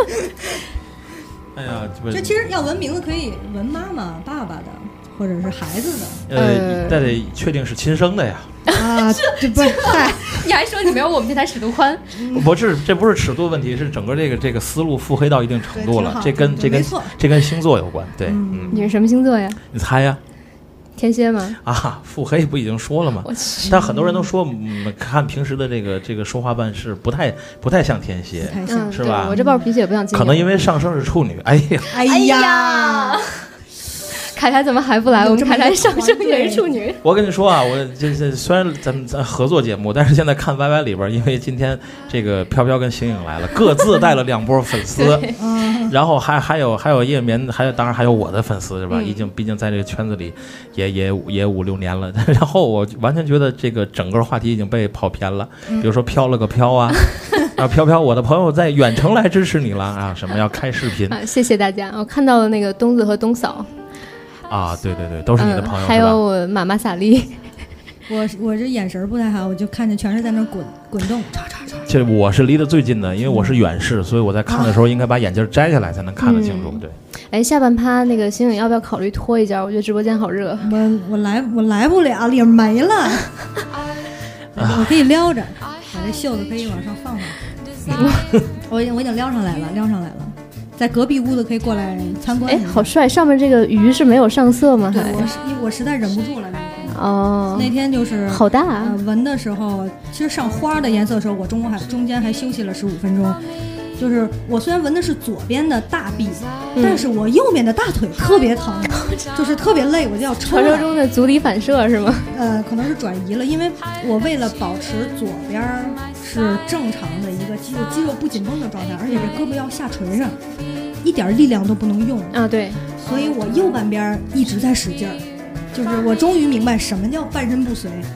哎呀， 这其实要纹名字可以纹妈妈、爸爸的，或者是孩子的。 那得确定是亲生的呀。 啊，这不是， 你还说你没有我们这台尺度宽？ 不是，这不是尺度问题，是整个这个思路腹黑到一定程度了。这跟星座有关。对， 你是什么星座呀？ 你猜呀？ 天蝎吗？ 啊，腹黑不已经说了吗？但很多人都说，看平时的这个说话办事不太像天蝎，是吧？ 我这暴脾气也不像金牛。 可能因为上升是处女。 哎呀， 凯凯怎么还不来？我们凯凯上升也是处女。 我跟你说啊，我这虽然咱合作节目，但是现在看 YY 里边，因为今天这个飘飘跟邢颖来了，各自带了2波粉丝，然后还有夜眠，当然还有我的粉丝是吧？毕竟在这个圈子里也5-6年了，然后我完全觉得这个整个话题已经被跑偏了，比如说飘了个飘啊。然后飘飘，我的朋友在远程来支持你了啊！什么要开视频？ 谢谢大家，我看到了那个东子和东嫂。 啊，对，都是你的朋友， 还有我妈妈萨莉。 我这眼神不太好，我就看见全是在那滚动， 这我是离得最近的，因为我是远视，所以我在看的时候应该把眼镜摘下来才能看得清楚。对， 哎，下半趴那个邢颖要不要考虑脱一件？我觉得直播间好热。 我来不了，脸没了。我可以撩着，把这袖子可以往上放上。我已经撩上来了。在隔壁屋的可以过来参观。 哎，好帅！上面这个鱼是没有上色吗？ 对，我实在忍不住了那天。 哦， 那天就是好大啊！ 纹的时候，其实上花的颜色的时候，我中间还休息了15分钟。就是我虽然纹的是左边的大臂，但是我右面的大腿特别疼，就是特别累，我就要抽。 传说中的足底反射是吗？ 可能是转移了，因为我为了保持左边是正常的一个肌肉不紧绷的状态，而且这胳膊要下垂上，一点力量都不能用啊。对， 所以我右半边一直在使劲儿，就是我终于明白什么叫半身不遂。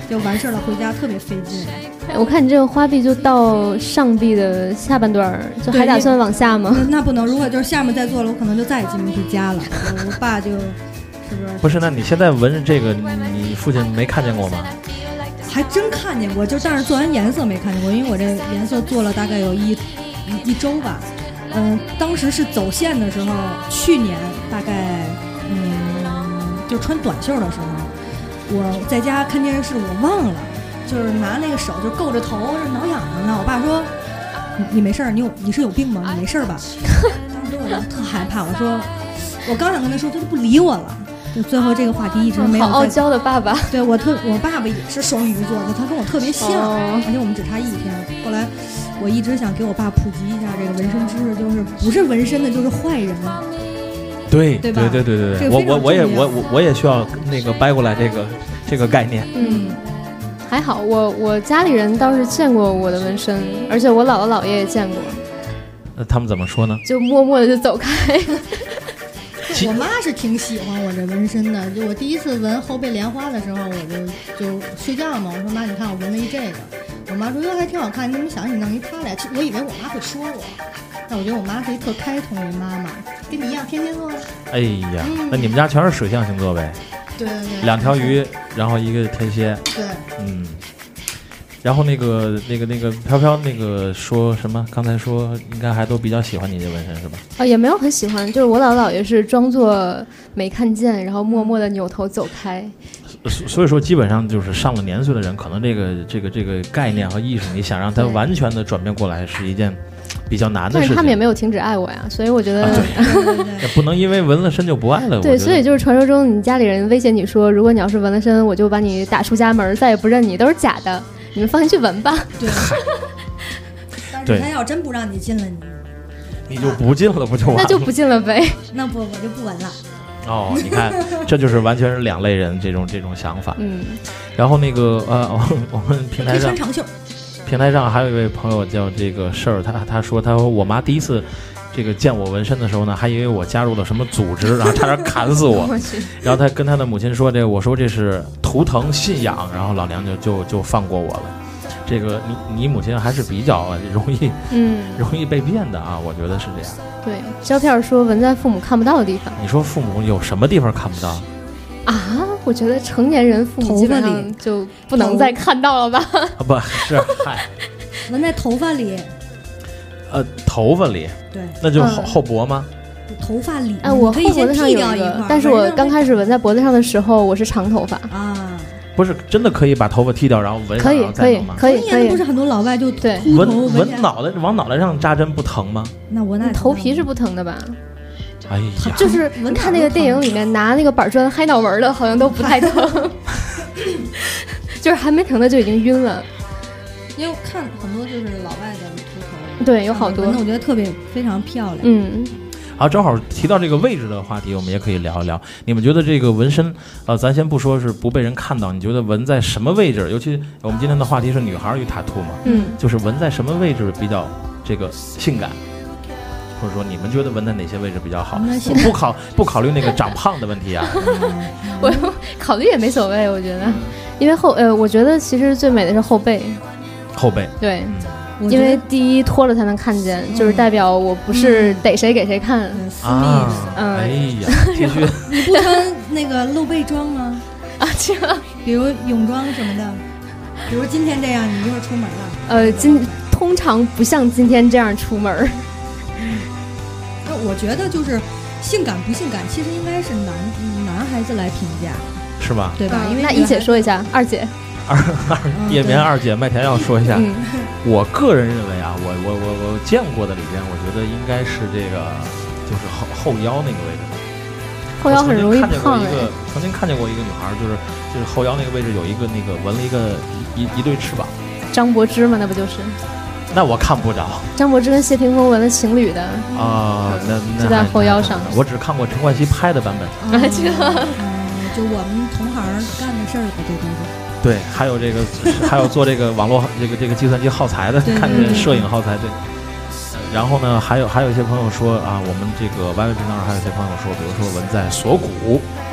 就完事儿了，回家特别费劲。 我看你这个花臂就到上臂的下半段，就还打算往下吗？ 那不能，如果就是下面再做了，我可能就再也进不去家了。我爸就是不是？ 不是，那你现在纹着这个，你父亲没看见过吗？ 还真看见过，就但是做完颜色没看见过，因为我这颜色做了大概有一周吧。当时是走线的时候，去年大概就穿短袖的时候，我在家看电视，我忘了，就是拿那个手就够着头，这挠痒痒呢。我爸说：“你没事儿，你是有病吗？你没事儿吧？”当时我就特害怕，我刚想跟他说，他就不理我了。就最后这个话题一直没有。 好傲娇的爸爸。 对我爸爸也是双鱼座的，他跟我特别像，而且我们只差1天。后来我一直想给我爸普及一下这个纹身知识，就是不是纹身的就是坏人。 对对吧？ 对，我也需要那个掰过来这个概念。 还好我家里人倒是见过我的纹身，而且我姥姥姥爷也见过。 他们怎么说呢？ 就默默的就走开。 我妈是挺喜欢我这纹身的，就我第一次纹后背莲花的时候，我就睡觉嘛，我说妈，你看我纹了一这个，我妈说哟还挺好看，你怎么想起弄一它来？我以为我妈会说我，但我觉得我妈是一特开通的妈妈，跟你一样天蝎座。 哎呀，那你们家全是水象星座呗？ 对对对，2 条鱼，然后一个天蝎。 对， 然后那个飘飘那个说什么？刚才说应该还都比较喜欢你这纹身是吧？ 也没有很喜欢，就是我姥姥姥爷是装作没看见，然后默默的扭头走开。 所以说，基本上就是上了年岁的人，可能这个概念和意识，你想让他完全的转变过来，是一件比较难的事情。 但是他们也没有停止爱我呀，所以我觉得也不能因为纹了身就不爱了。 对，所以就是传说中你家里人威胁你说，如果你要是纹了身，我就把你打出家门，再也不认你，都是假的。你们放心去纹吧。 对。但是他要真不让你进了， 你就不进了，不就完了？ 那就不进了呗。 那不，我就不纹了。 哦，你看，这就是完全是2类人这种想法。然后那个我们平台上长袖。 平台上还有一位朋友叫这个事儿，他说我妈第一次这个见我纹身的时候呢，还以为我加入了什么组织，然后差点砍死我。然后他跟他的母亲说我说这是图腾信仰，然后老娘就放过我了。这个你母亲还是比较容易被骗的啊，我觉得是这样。 对，胶片说纹在父母看不到的地方。 你说父母有什么地方看不到啊？我觉得成年人父母基本上就不能再看到了吧？ 不是，嗨， 纹在头发里。 头发里， 对， 那就后脖吗？ 头发里， 我后脖子上有一个，但是我刚开始纹在脖子上的时候，我是长头发啊。 不是真的可以把头发剃掉，然后纹上，然后再弄吗？ 可以。 不是很多老外就对纹脑袋，往脑袋上扎针不疼吗？ 那我头皮是不疼的吧？ 哎呀， 就是看那个电影里面拿那个板砖嗨脑门的，好像都不太疼，就是还没疼的就已经晕了。 因为看很多就是老外的秃头， 对，有好多， 我觉得非常漂亮。 好，正好提到这个位置的话题，我们也可以聊一聊。你们觉得这个纹身，咱先不说是不被人看到，你觉得纹在什么位置？尤其我们今天的话题是女孩与塔图嘛，就是纹在什么位置比较这个性感？或者说你们觉得纹在哪些位置比较好？不考虑那个长胖的问题啊。 我考虑也没所谓，我觉得，因为我觉得其实最美的是后背。 后背， 对。因为第一脱了才能看见，就是代表我不是逮谁给谁看。 私密。 哎呀，T 恤。 你不穿那个露背装吗？ 这比如泳装什么的，比如今天这样，你一会儿出门了。 通常不像今天这样出门。 那我觉得就是性感不性感，其实应该是男孩子来评价， 是吧？ 对吧？因为那一姐说一下，二姐。 叶棉二姐麦田要说一下，我个人认为啊，我见过的里边，我觉得应该是这个，就是后腰那个位置。 后腰很容易胖。 曾经看见过一个女孩，就是后腰那个位置有一个那个纹了一对翅膀。 张柏芝嘛，那不就是？ 那我看不着。 张柏芝跟谢霆锋纹了情侣的啊，那就在后腰上。 我只看过陈冠希拍的版本。 就我们同行干的事儿吧，这都是。 对，还有这个，还有做这个网络这个计算机耗材的，看见摄影耗材。对。然后呢，还有一些朋友说啊，我们这个 YY 频道上还有一些朋友说，比如说纹在锁骨，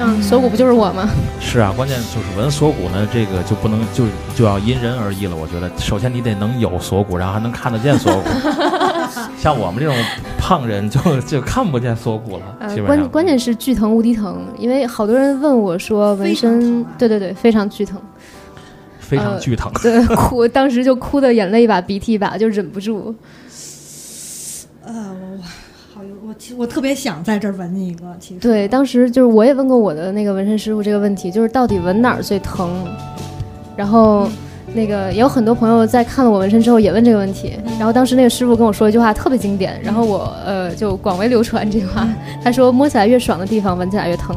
锁骨不就是我吗？ 是啊，关键就是纹锁骨呢，这个就不能就要因人而异了。我觉得，首先你得能有锁骨，然后还能看得见锁骨。像我们这种胖人就看不见锁骨了。基本上关键是巨疼无敌疼，因为好多人问我说纹身，对，非常巨疼。 非常巨疼， 对，当时就哭的眼泪一把鼻涕一把，就忍不住。 我特别想在这儿纹一个，其实对，当时就是我也问过我的那个纹身师傅这个问题，就是到底纹哪儿最疼？然后那个也有很多朋友在看了我纹身之后也问这个问题，然后当时那个师傅跟我说一句话特别经典，然后我就广为流传这句话，他说摸起来越爽的地方纹起来越疼。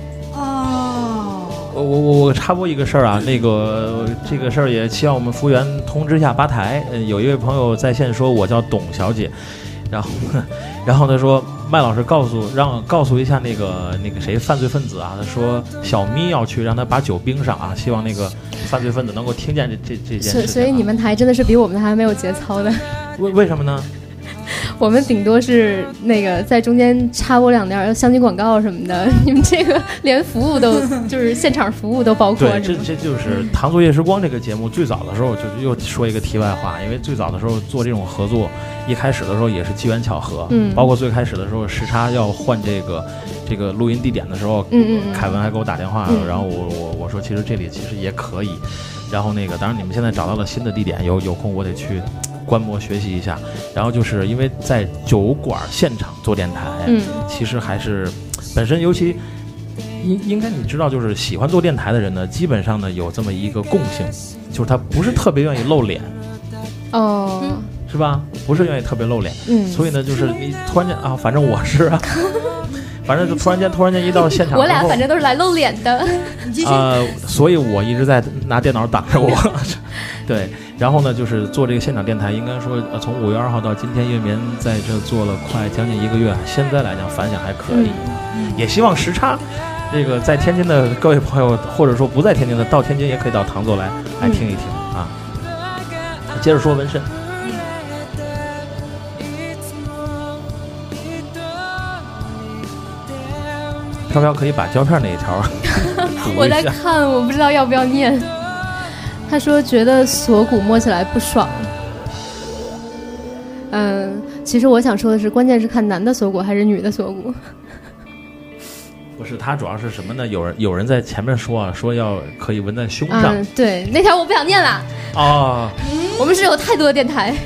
我插播一个事儿啊，那个这个事儿也希望我们服务员通知一下吧台。有一位朋友在线说我叫董小姐，然后他说麦老师告诉一下那个谁犯罪分子啊，他说小咪要去让他把酒冰上啊，希望那个犯罪分子能够听见这件事情啊。 所以你们台真的是比我们台没有节操的。 为什么呢？ 我们顶多是那个在中间插播2条相亲广告什么的，你们这个连服务都就是现场服务都包括。 对，这就是《唐作夜时光》这个节目最早的时候，就又说一个题外话，因为最早的时候做这种合作，一开始的时候也是机缘巧合，包括最开始的时候时差要换这个录音地点的时候，凯文还给我打电话，然后我说其实这里其实也可以，然后那个当然你们现在找到了新的地点，有空我得去观摩学习一下。然后就是因为在酒馆现场做电台，其实还是本身尤其应该你知道，就是喜欢做电台的人呢，基本上呢有这么一个共性，就是他不是特别愿意露脸。是吧？不是愿意特别露脸，所以呢，就是你突然间啊，反正我是啊，反正就突然间一到现场， 我俩反正都是来露脸的， 所以我一直在拿电脑挡着我，对，然后呢，就是做这个现场电台，应该说从5月2号到今天，月眠在这做了快将近1个月，现在来讲反响还可以，也希望时差。这个在天津的各位朋友，或者说不在天津的，到天津也可以到唐作来听一听啊。接着说纹身。飘飘可以把胶片那一条我在看，我不知道要不要念。他说觉得锁骨摸起来不爽。其实我想说的是，关键是看男的锁骨还是女的锁骨。 不是，他主要是什么呢？有人在前面说说要可以纹在胸上。 对，那条我不想念了。我们是有太多的电台。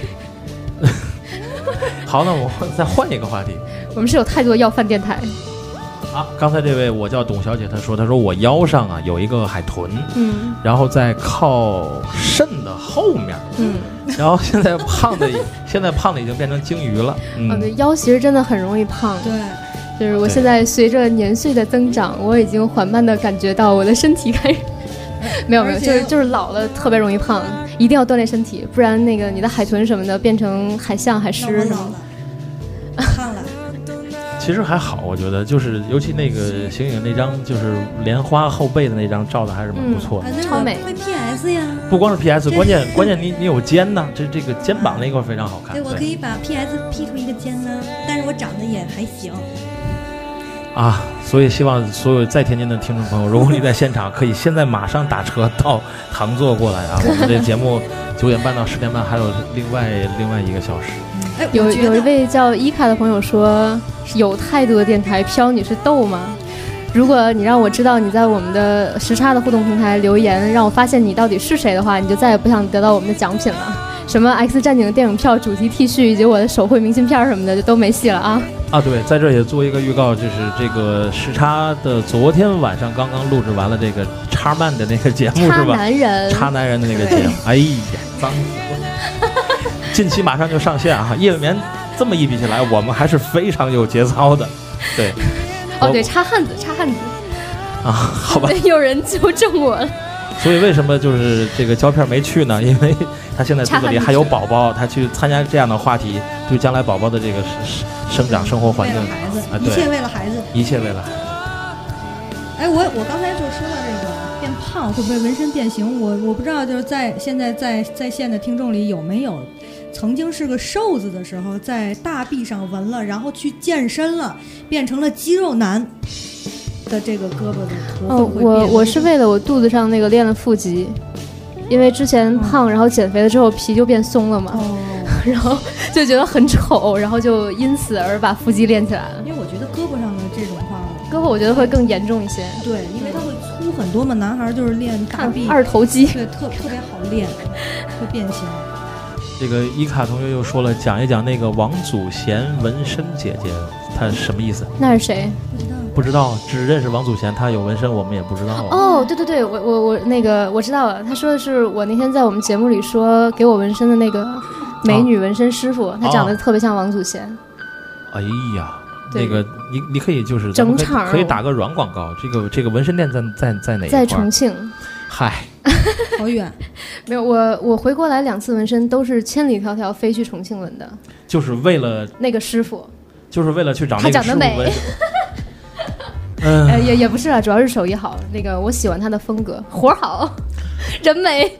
好，那我再换一个话题。 我们是有太多要饭电台。 刚才这位我叫董小姐，她说我腰上啊有一个海豚，然后在靠肾的后面，然后现在胖的已经变成鲸鱼了。 对，腰其实真的很容易胖。 对， 就是我现在随着年岁的增长，我已经缓慢的感觉到我的身体开始没有，就是老了特别容易胖，一定要锻炼身体，不然那个你的海豚什么的变成海象、海狮什么的，胖了。 其实还好，我觉得就是尤其那个邢颖那张就是莲花后背的那张照的还是蛮不错的， 超美。 会 PS 呀？ 不光是 PS， 关键你有肩呢，这个肩膀那块非常好看。 对，我可以把 PS P 出一个肩呢，但是我长得也还行。 所以希望所有在天津的听众朋友，如果你在现场，可以现在马上打车到唐作过来啊！我们这节目9点半到10点半还有另外1个小时。 有一位叫伊卡的朋友说，有太多的电台，飘你是逗吗？如果你让我知道你在我们的时差的互动平台留言，让我发现你到底是谁的话，你就再也不想得到我们的奖品了。什么 X 战警电影票、主题 T 恤以及我的手绘明信片什么的，就都没戏了啊！ 对，在这也做一个预告，就是这个时差的昨天晚上刚刚录制完了这个叉漫的那个节目是吧？叉男人的那个节目，哎呀，脏死了！近期马上就上线啊！夜未眠这么一比起来，我们还是非常有节操的。对， 对，插汉子好吧， 有人纠正我了。 所以为什么就是这个胶片没去呢？因为他现在肚子里还有宝宝，他去参加这样的话题，对将来宝宝的这个生长生活环境， 一切为了孩子， 一切为了孩子。 我刚才就说到这个变胖会不会纹身变形，我不知道，就是现在在线的听众里有没有曾经是个瘦子的时候，在大臂上纹了，然后去健身了，变成了肌肉男。 的这个胳膊的图哦， 会不会变？ 我是为了我肚子上那个练了腹肌，因为之前胖，然后减肥了之后皮就变松了嘛， 哦， 然后就觉得很丑，然后就因此而把腹肌练起来了。 因为我觉得胳膊上的这种话， 胳膊我觉得会更严重一些， 对，因为它会粗很多嘛，男孩就是练大臂， 二头肌。 对，特别好练，会变形。 这个伊卡同学又说了，讲一讲那个王祖贤纹身姐姐，她什么意思？ 那是谁？ 不知道，只认识王祖贤，她有纹身，我们也不知道。 哦，对对对，我那个我知道了，他说的是我那天在我们节目里说给我纹身的那个美女纹身师傅，她长得特别像王祖贤。 哎呀， 对那个你可以就是整场可以打个软广告，这个纹身店在哪一块？ 在重庆。 嗨， 好远。 没有，我回国来2次纹身都是千里迢迢飞去重庆纹的， 就是为了那个师傅， 就是为了去找那个他长得美纹。 也不是啊，主要是手艺好。那个我喜欢他的风格，活好，人美。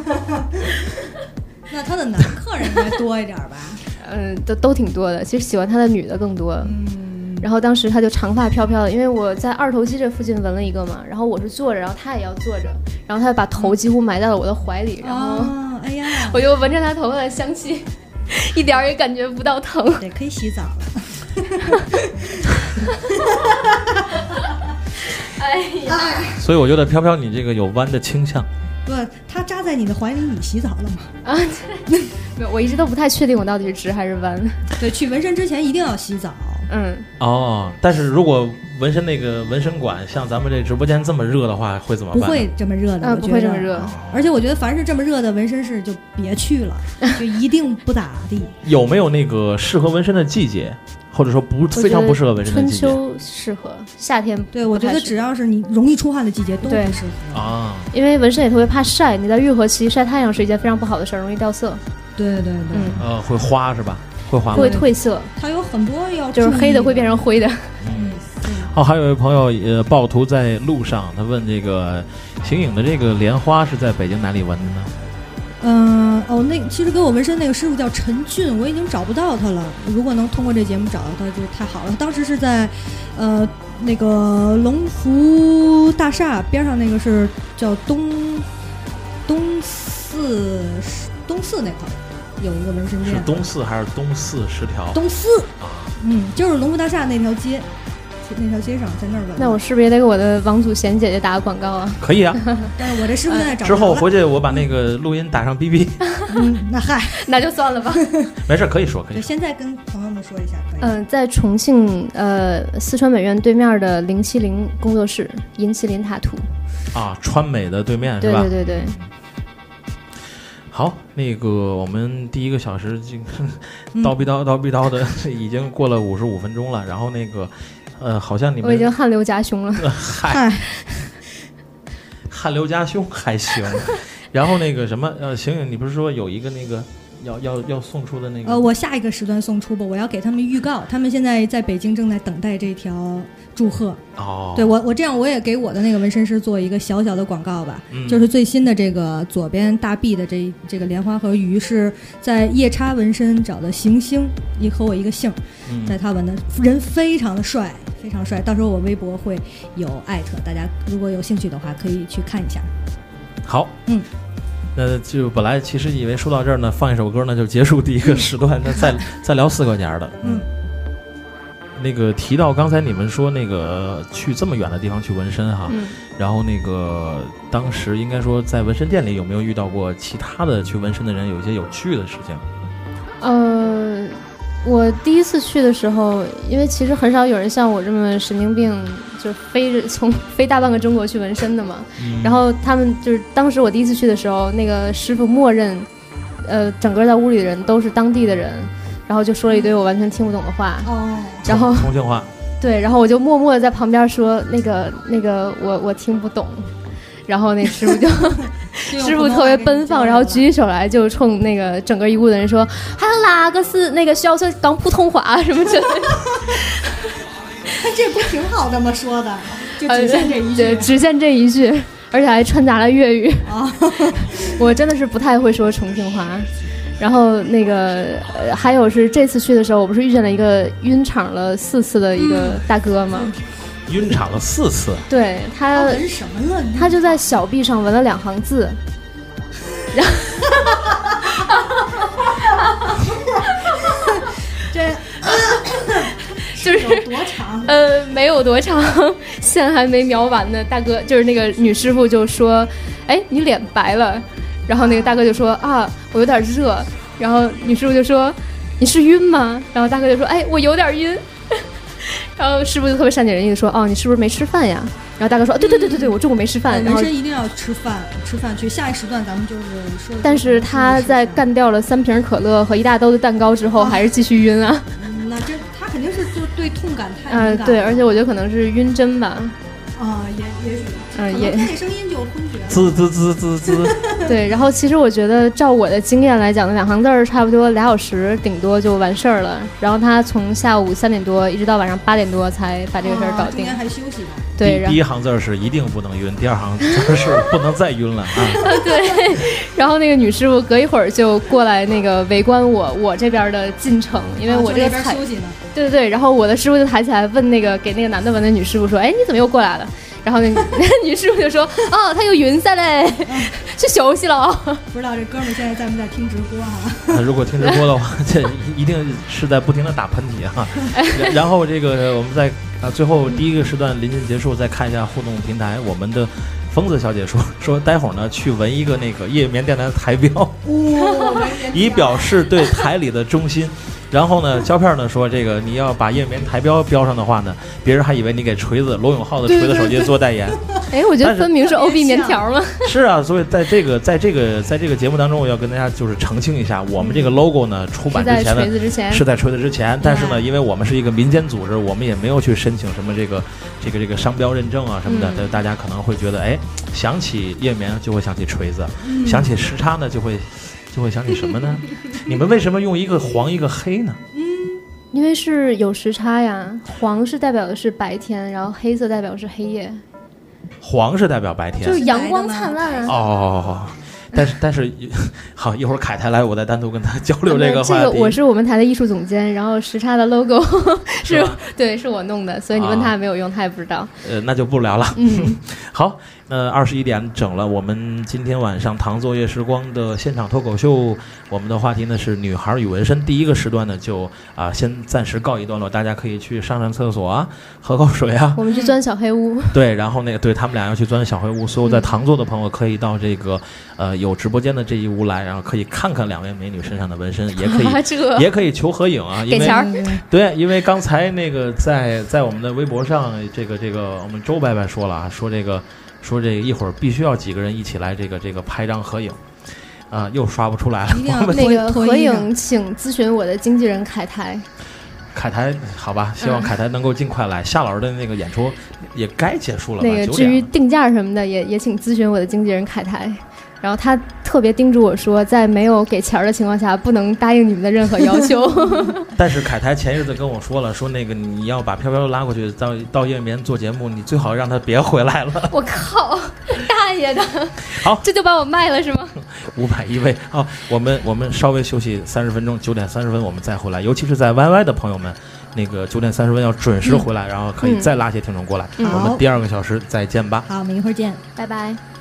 那他的男客人应该多一点吧？ 都挺多的。其实喜欢他的女的更多。然后当时他就长发飘飘的，因为我在二头肌这附近纹了一个嘛，然后我是坐着，然后他也要坐着，然后他把头几乎埋在了我的怀里，然后哎呀， 我就闻着他头发的香气，一点也感觉不到疼。 得可以洗澡了。 哎呀， 所以我觉得飘飘你这个有弯的倾向。 不，他扎在你的怀里，你洗澡了吗？ 没有，我一直都不太确定我到底是直还是弯。 对，去纹身之前一定要洗澡。 哦，但是如果纹身那个纹身馆像咱们这直播间这么热的话，会怎么办？ 不会这么热的， 不会这么热。 而且我觉得凡是这么热的纹身室就别去了，就一定不咋地。 有没有那个适合纹身的季节，或者说非常不适合纹身的季节？ 春秋适合，夏天对，我觉得只要是你容易出汗的季节都不适合啊。 因为纹身也特别怕晒，你在愈合期晒太阳是一件非常不好的事儿，容易掉色。 对， 会花是吧？会花吗？ 会褪色， 它有很多要就是黑的会变成灰的。 还有一位朋友暴徒在路上，他问这个形影的这个莲花是在北京哪里纹的呢？ 那其实给我纹身那个师傅叫陈俊，我已经找不到他了。如果能通过这节目找到他，就太好了。当时是在那个龙福大厦边上，那个是叫东四那块有一个纹身店。 是东四还是东四10条？ 东四啊，就是龙福大厦那条街。那条街上，在那儿纹。 那我是不是也得给我的王祖贤姐姐打个广告啊？ 可以啊， 但是我这师傅现在找之后回去我把那个录音打上 BB。 那嗨， 那就算了吧。 没事，可以说，可以说。 现在跟朋友们说一下，可以。 在重庆四川美院对面的070工作室，银麒麟塔图。 啊，川美的对面是吧？ 对。 好，那个我们第1个小时叨逼叨的，已经过了55分钟了。然后那个好像你们我已经汗流浃胸了。 嗨，汗流浃胸还行。然后那个什么行影，你不是说有一个那个要送出的那个？ 我下一个时段送出吧，我要给他们预告，他们现在在北京正在等待这条祝贺。对我这样我也给我的那个纹身师做一个小小的广告吧，就是最新的这个左边大臂的这个莲花和鱼是在夜叉纹身找的行星，和我一个姓，在他纹的，人非常的帅，非常帅。到时候我微博会有艾特，大家如果有兴趣的话可以去看一下。 好，那就本来其实以为说到这儿呢，放一首歌呢就结束第1个时段，那再聊4个年的。那个提到刚才你们说那个去这么远的地方去纹身哈，然后那个当时应该说在纹身店里有没有遇到过其他的去纹身的人有一些有趣的事情？ 我第1次去的时候，因为其实很少有人像我这么神经病，就飞大半个中国去纹身的嘛。然后他们就是当时我第1次去的时候，那个师傅默认，整个在屋里的人都是当地的人，然后就说了一堆我完全听不懂的话。然后重庆话。对， 然后我就默默的在旁边说那个我听不懂。然后那师傅师傅特别奔放，然后举起手来就冲那个整个一屋的人说，还有哪个是那个需要说讲普通话什么之类的。 他这不挺好的吗？说的就只限这一句， 对，只限这一句，而且还掺杂了粤语。我真的是不太会说重庆话。然后那个还有是这次去的时候，我不是遇见了一个晕场了4次的一个大哥吗？ 晕场了4次。 对他纹什么了？ 他就在小臂上纹了2行字，然后这就是有多长？ 没有多长，线还没描完呢。大哥就是那个女师傅就说：“哎，你脸白了。”然后那个大哥就说：“啊，我有点热。”然后女师傅就说：“你是晕吗？”然后大哥就说：“哎，我有点晕。”然后师傅就特别善解人意的说：“哦，你是不是没吃饭呀？”然后大哥说：“对，我中午没吃饭。”然后纹身一定要吃饭去。下一时段咱们就是说。 但是他在干掉了3瓶可乐和1大兜的蛋糕之后，还是继续晕啊。 那这他肯定是就对痛感太敏感。 对，而且我觉得可能是晕针吧。 也许。 也听那声音就昏厥。 滋。 对，然后其实我觉得照我的经验来讲呢，2行字儿差不多2小时顶多就完事儿了。然后他从下午3点多一直到晚上8点多才把这个事儿搞定。 中间还休息呢。 对， 第1行字是一定不能晕，第2行字是不能再晕了啊。 对，然后那个女师傅隔一会儿就过来那个围观我这边的进程，因为我这个边休息呢。 对，然后我的师傅就抬起来问那个给那个男的纹的女师傅说：“哎，你怎么又过来了？”然后那女师傅就说：“哦，他又晕下来，去休息了。” 不知道这哥们儿现在在不在听直播哈？ 如果听直播的话，这一定是在不停的打喷嚏哈。然后这个我们在最后第1个时段临近结束，再看一下互动平台，我们的疯子小姐说待会儿呢去纹一个那个夜眠电台的台标，以表示对台里的忠心。然后呢，胶片呢说这个你要把夜眠台标标上的话呢，别人还以为你给锤子罗永浩的锤子手机做代言。 哎，我觉得分明是 OB 棉条嘛。 是啊，所以在这个节目当中，我要跟大家就是澄清一下，我们这个 logo 呢出版之前呢是在锤子之前，但是呢，因为我们是一个民间组织，我们也没有去申请什么这个商标认证啊什么的，大家可能会觉得，哎，想起夜眠就会想起锤子，想起时差呢就会想起什么呢？你们为什么用一个黄一个黑呢？ 因为是有时差呀，黄是代表的是白天，然后黑色代表是黑夜。 黄是代表白天， 就是阳光灿烂啊。 哦。但是，好，一会儿凯台来，我再单独跟他交流这个话题。 这个我是我们台的艺术总监，然后时差的 logo 是我弄的，所以你问他也没有用，他也不知道。 那就不聊了。好，21点整了，我们今天晚上糖作业时光的现场脱口秀，我们的话题呢是女孩与纹身。第1个时段呢就先暂时告一段落，大家可以去上厕所啊，喝口水啊。 我们去钻小黑屋。 对，然后对他们俩要去钻小黑屋，所有在糖做的朋友可以到这个有直播间的这一屋来，然后可以看看2位美女身上的纹身，也可以求合影啊，因为给钱对，因为刚才那个在我们的微博上，这个我们周伯伯说了啊，说这个一会儿必须要几个人一起来这个拍张合影。又刷不出来了。 那个合影，请咨询我的经纪人凯台。 凯台，好吧，希望凯台能够尽快来。夏老师的那个演出也该结束了吧？ 那个至于定价什么的，也请咨询我的经纪人凯台。然后他特别叮嘱我说，在没有给钱的情况下，不能答应你们的任何要求。 但是凯台前日子跟我说了，说那个你要把飘飘拉过去到夜眠做节目，你最好让他别回来了。 我靠，大爷的！ 好， 这就把我卖了是吗 ？500一位。好，我们稍微休息30分钟，9点30分我们再回来。尤其是在 YY 的朋友们，那个9点30分要准时回来，然后可以再拉些听众过来。我们第2个小时再见吧。 好，我们一会儿见， 拜拜。